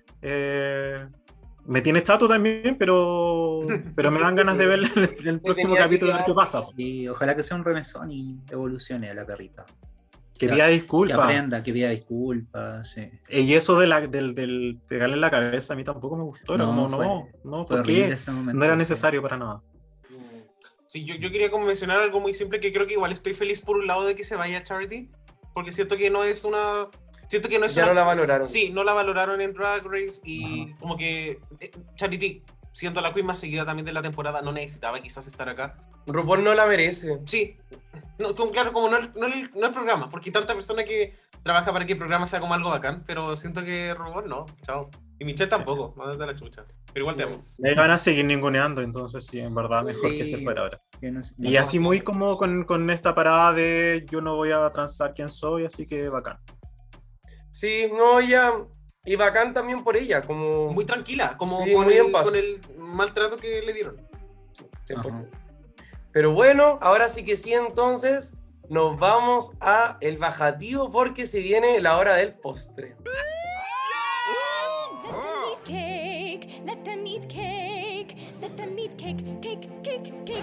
Me tiene chato también, pero me dan ganas de ver el próximo capítulo a ver qué pasa. Sí, ojalá que sea un remesón y evolucione a la perrita. Que pida disculpas. Que aprenda, que pida disculpas, sí. Y eso del pegarle en la cabeza a mí tampoco me gustó. Era ¿por qué? No era necesario para nada. Sí, yo quería como mencionar algo muy simple, que creo que igual estoy feliz por un lado de que se vaya a Charity, porque siento que no es una... no la valoraron. Sí, no la valoraron en Drag Race y como que Charity, siendo la queen más seguida también de la temporada, no necesitaba quizás estar acá. RuPaul no la merece. Sí, claro, como no el programa, porque hay tanta persona que trabaja para que el programa sea como algo bacán, pero siento que RuPaul no, chao. Y Michelle tampoco, mándate la chucha. Pero igual te amo. Me van a seguir ninguneando, entonces sí, en verdad, mejor que se fuera ahora. Y así muy como con esta parada de yo no voy a transar quién soy, así que bacán. Sí, no, ella... Y bacán también por ella, como... Muy tranquila, como sí, con el maltrato que le dieron. 100%. Pero bueno, ahora sí que sí, entonces nos vamos a el bajativo porque se viene la hora del postre. Let them eat cake. Let them eat cake. Cake.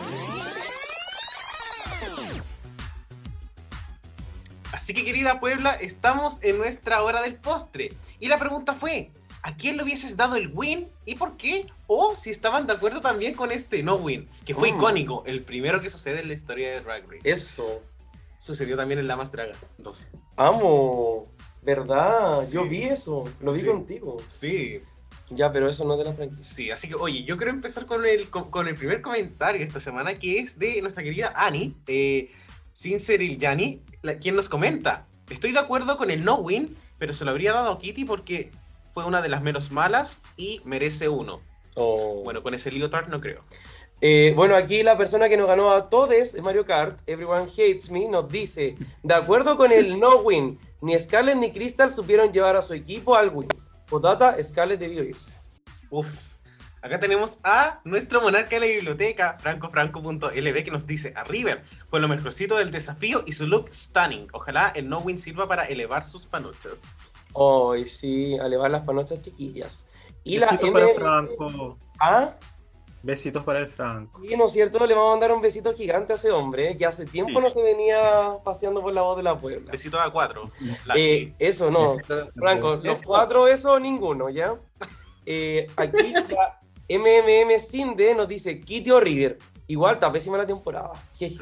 Así que, querida Puebla, estamos en nuestra hora del postre. Y la pregunta fue, ¿a quién le hubieses dado el win y por qué? O si estaban de acuerdo también con este no win, que fue icónico, el primero que sucede en la historia de Drag Race. Eso. Sucedió también en La Más Draga 2. Amo, ¿verdad? Sí. Yo vi eso, lo vi contigo. Sí. Ya, pero eso no es de la franquicia. Sí, así que, oye, yo quiero empezar con el primer comentario de esta semana, que es de nuestra querida Annie, Sinceril Yani, quien nos comenta: estoy de acuerdo con el no win, pero se lo habría dado a Kitty porque fue una de las menos malas y merece uno. Bueno, con ese Leotard no creo. Bueno, aquí la persona que nos ganó a todos en Mario Kart, Everyone Hates Me, nos dice: de acuerdo con el no win, ni Scarlett ni Crystal supieron llevar a su equipo al win. Potata, Scarlett debió irse. Uf. Acá tenemos a nuestro monarca de la biblioteca, francofranco.lb, que nos dice: a River fue lo mejorcito del desafío y su look stunning. Ojalá el no win sirva para elevar sus panochas. Ay, sí, a elevar las panochas chiquillas. Y besitos para el Franco. ¿Ah? Besitos para el Franco. Sí, ¿no es cierto? Le vamos a mandar un besito gigante a ese hombre, que hace tiempo no se venía paseando por la voz de la Puebla. Besito a 4. Eso no, Franco, los 4, eso ninguno, ¿ya? Aquí la MMM Cinde nos dice: Kitty o River. Igual está pésima la temporada. Jeje.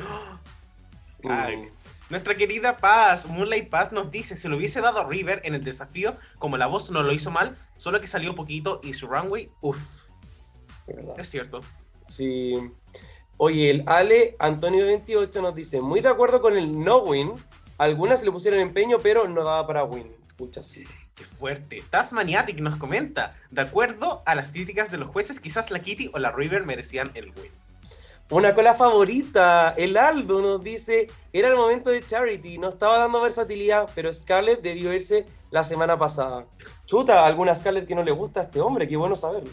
Nuestra querida Paz, Moonlight Paz, nos dice: se lo hubiese dado a River en el desafío, como la voz no lo hizo mal, solo que salió poquito y su runway, es cierto. Sí. Oye, el Ale Antonio 28 nos dice: muy de acuerdo con el no win. Algunas le pusieron empeño, pero no daba para win. Escucha, sí. Qué fuerte. Tasmaniatic nos comenta: de acuerdo a las críticas de los jueces, quizás la Kitty o la River merecían el win. Una cola favorita, el Aldo nos dice: era el momento de Charity, no estaba dando versatilidad, pero Scarlett debió irse la semana pasada. Chuta, alguna Scarlett que no le gusta a este hombre, qué bueno saberlo.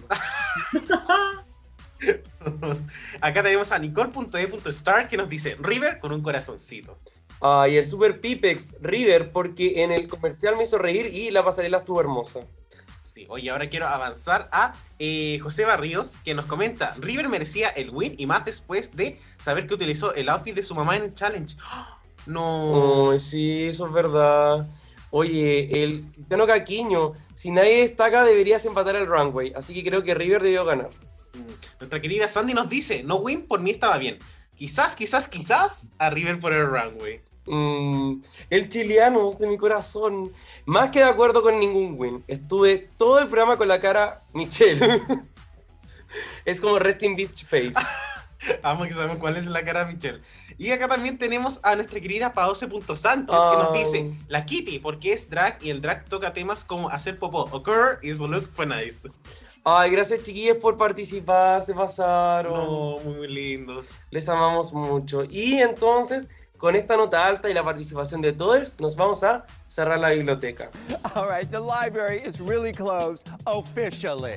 Acá tenemos a Nicole.e.star que nos dice: River con un corazoncito. Y el Super Pipex, River, porque en el comercial me hizo reír y la pasarela estuvo hermosa. Sí, oye, ahora quiero avanzar a José Barríos, que nos comenta: River merecía el win y más después de saber que utilizó el outfit de su mamá en el challenge. No. Sí, eso es verdad. Oye, el Cristiano Caquiño: si nadie destaca deberías empatar el runway, así que creo que River debió ganar. Nuestra querida Sandy nos dice: no win, por mí estaba bien. Quizás a River por el runway. El chileano de mi corazón. Más que de acuerdo con ningún win. Estuve todo el programa con la cara Michelle. Es como resting bitch face. Vamos que sabemos cuál es la cara de Michelle. Y acá también tenemos a nuestra querida Paose.Sánchez que nos dice la Kitty, porque es drag y el drag toca temas como hacer popó o girl is the look for nice. Ay, gracias chiquillos por participar, se pasaron. No, muy lindos. Les amamos mucho. Y entonces, con esta nota alta y la participación de todos, nos vamos a cerrar la biblioteca. All right, the library is really closed officially.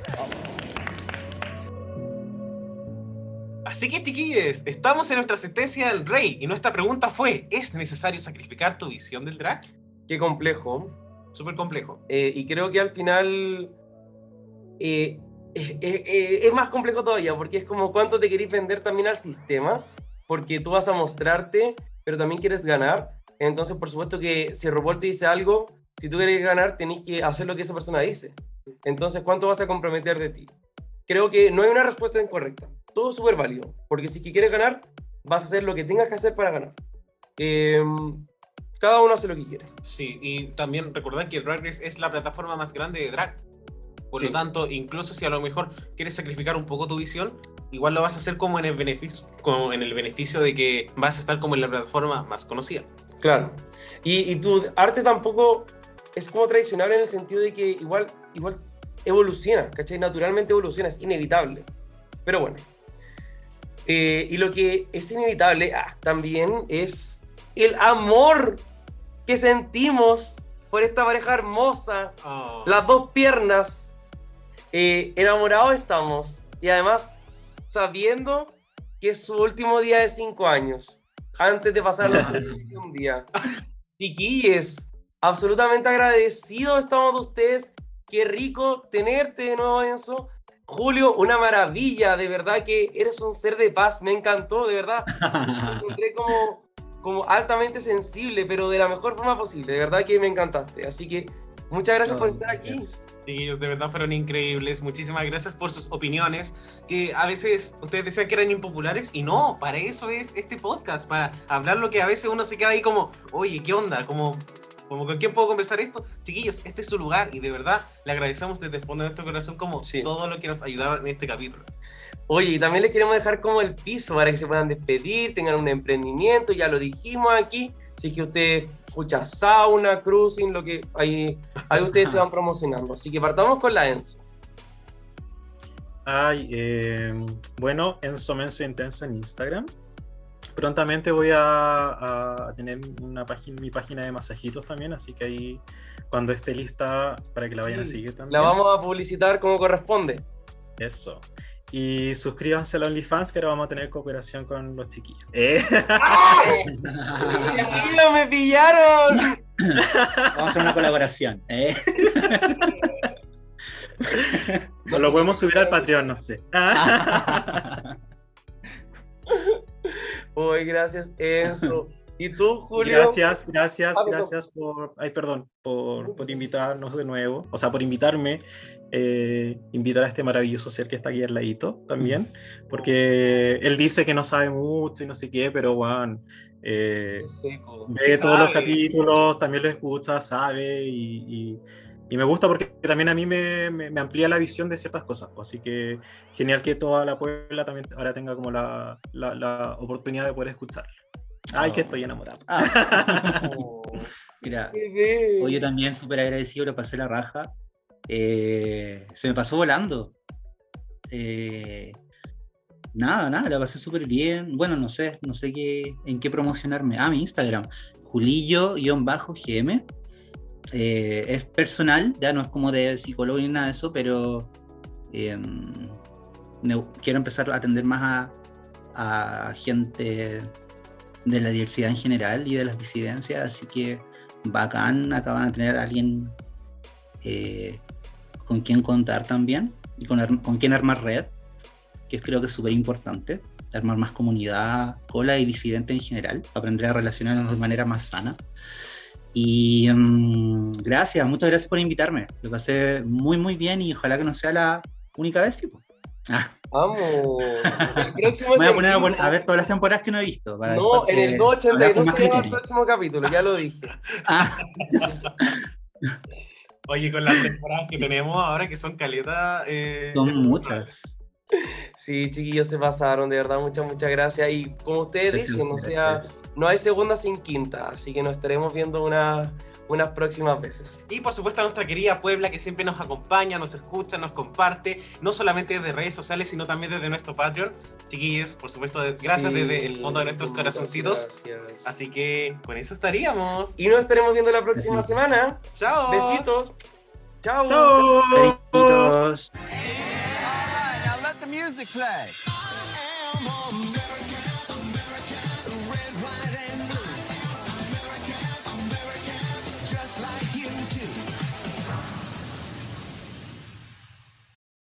Así que, chiquillos, estamos en nuestra sentencia del rey y nuestra pregunta fue, ¿es necesario sacrificar tu visión del drag? Qué complejo. Súper complejo. Y creo que al final es más complejo todavía, porque es como cuánto te querés vender también al sistema, porque tú vas a mostrarte, pero también quieres ganar. Entonces, por supuesto que si RuPaul te dice algo, si tú quieres ganar, tenés que hacer lo que esa persona dice. Entonces, ¿cuánto vas a comprometer de ti? Creo que no hay una respuesta incorrecta. Todo es súper válido, porque si quieres ganar, vas a hacer lo que tengas que hacer para ganar. Cada uno hace lo que quiere. Sí, y también recordad que Drag Race es la plataforma más grande de drag. Por lo tanto, incluso si a lo mejor quieres sacrificar un poco tu visión, igual lo vas a hacer como en el beneficio de que vas a estar como en la plataforma más conocida. Claro. Y tu arte tampoco es como tradicional en el sentido de que igual evoluciona, ¿cachai? Naturalmente evoluciona, es inevitable. Pero bueno. Y lo que es inevitable también es el amor que sentimos por esta pareja hermosa. Las dos piernas. Enamorados estamos. Y además, sabiendo que es su último día de 5 años. Antes de pasar los 1 día. Chiquilles, absolutamente agradecidos estamos de ustedes. Qué rico tenerte de nuevo, Enzo. Julio, una maravilla, de verdad que eres un ser de paz, me encantó, de verdad. Me encontré como altamente sensible, pero de la mejor forma posible, de verdad que me encantaste. Así que muchas gracias por estar aquí. Sí, ellos de verdad fueron increíbles. Muchísimas gracias por sus opiniones, que a veces ustedes decían que eran impopulares, y no, para eso es este podcast, para hablar lo que a veces uno se queda ahí como, oye, ¿qué onda? Como ¿con quién puedo conversar esto? Chiquillos, este es su lugar y de verdad le agradecemos desde el fondo de nuestro corazón como todo lo que nos ayudaron en este capítulo. Oye, y también les queremos dejar como el piso para que se puedan despedir, tengan un emprendimiento, ya lo dijimos aquí, así que ustedes escuchan sauna, cruising, lo que ahí ustedes se van promocionando. Así que partamos con la Enzo. Bueno, Enzo Menso Intenso en Instagram. Prontamente voy a tener mi página de masajitos también, así que ahí cuando esté lista para que la vayan a seguir también. La vamos a publicitar como corresponde. Eso. Y suscríbanse a la OnlyFans, que ahora vamos a tener cooperación con los chiquillos. ¡Chiquillos, me pillaron! Vamos a hacer una colaboración. No lo podemos subir al Patreon, no sé. Uy, gracias, Enzo. ¿Y tú, Julio? Gracias por invitarnos de nuevo. O sea, por invitarme, invitar a este maravilloso ser que está aquí al ladito también. Porque él dice que no sabe mucho y no sé qué, pero bueno, ve todos los capítulos, también lo escucha, sabe y me gusta porque también a mí me amplía la visión de ciertas cosas. Así que genial que toda la Puebla también ahora tenga como la oportunidad de poder escucharlo. Ay, que estoy enamorado. Mira, hoy yo también súper agradecido, lo pasé la raja. Se me pasó volando. Nada, la pasé súper bien. Bueno, no sé en qué promocionarme. Mi Instagram, Julillo_GM. Es personal, ya no es como de psicólogo ni nada de eso, pero quiero empezar a atender más a gente de la diversidad en general y de las disidencias, así que bacán, acaban de tener a alguien con quien contar también y con quien armar red, que creo que es súper importante, armar más comunidad, cola y disidente en general, aprender a relacionarnos de manera más sana. Y muchas gracias por invitarme, lo pasé muy muy bien y ojalá que no sea la única vez, ¿sí? Vamos. Voy a poner a ver todas las temporadas que no he visto. No, en el 282 será el próximo capítulo, ya lo dije. Oye, con las temporadas que tenemos ahora, que son caletas. Son muchas. Sí, chiquillos, se pasaron, de verdad, muchas gracias. Y como ustedes dicen, o sea, no hay segunda sin quinta, así que nos estaremos viendo unas próximas veces. Y por supuesto a nuestra querida Puebla, que siempre nos acompaña, nos escucha, nos comparte, no solamente desde redes sociales, sino también desde nuestro Patreon. Chiquillos, por supuesto, gracias desde el fondo de nuestros corazoncitos. Gracias. Así que con eso estaríamos. Y nos estaremos viendo la próxima Sí. semana. ¡Chao! Besitos. Chao. Cariñitos. Now let the music play. I am American.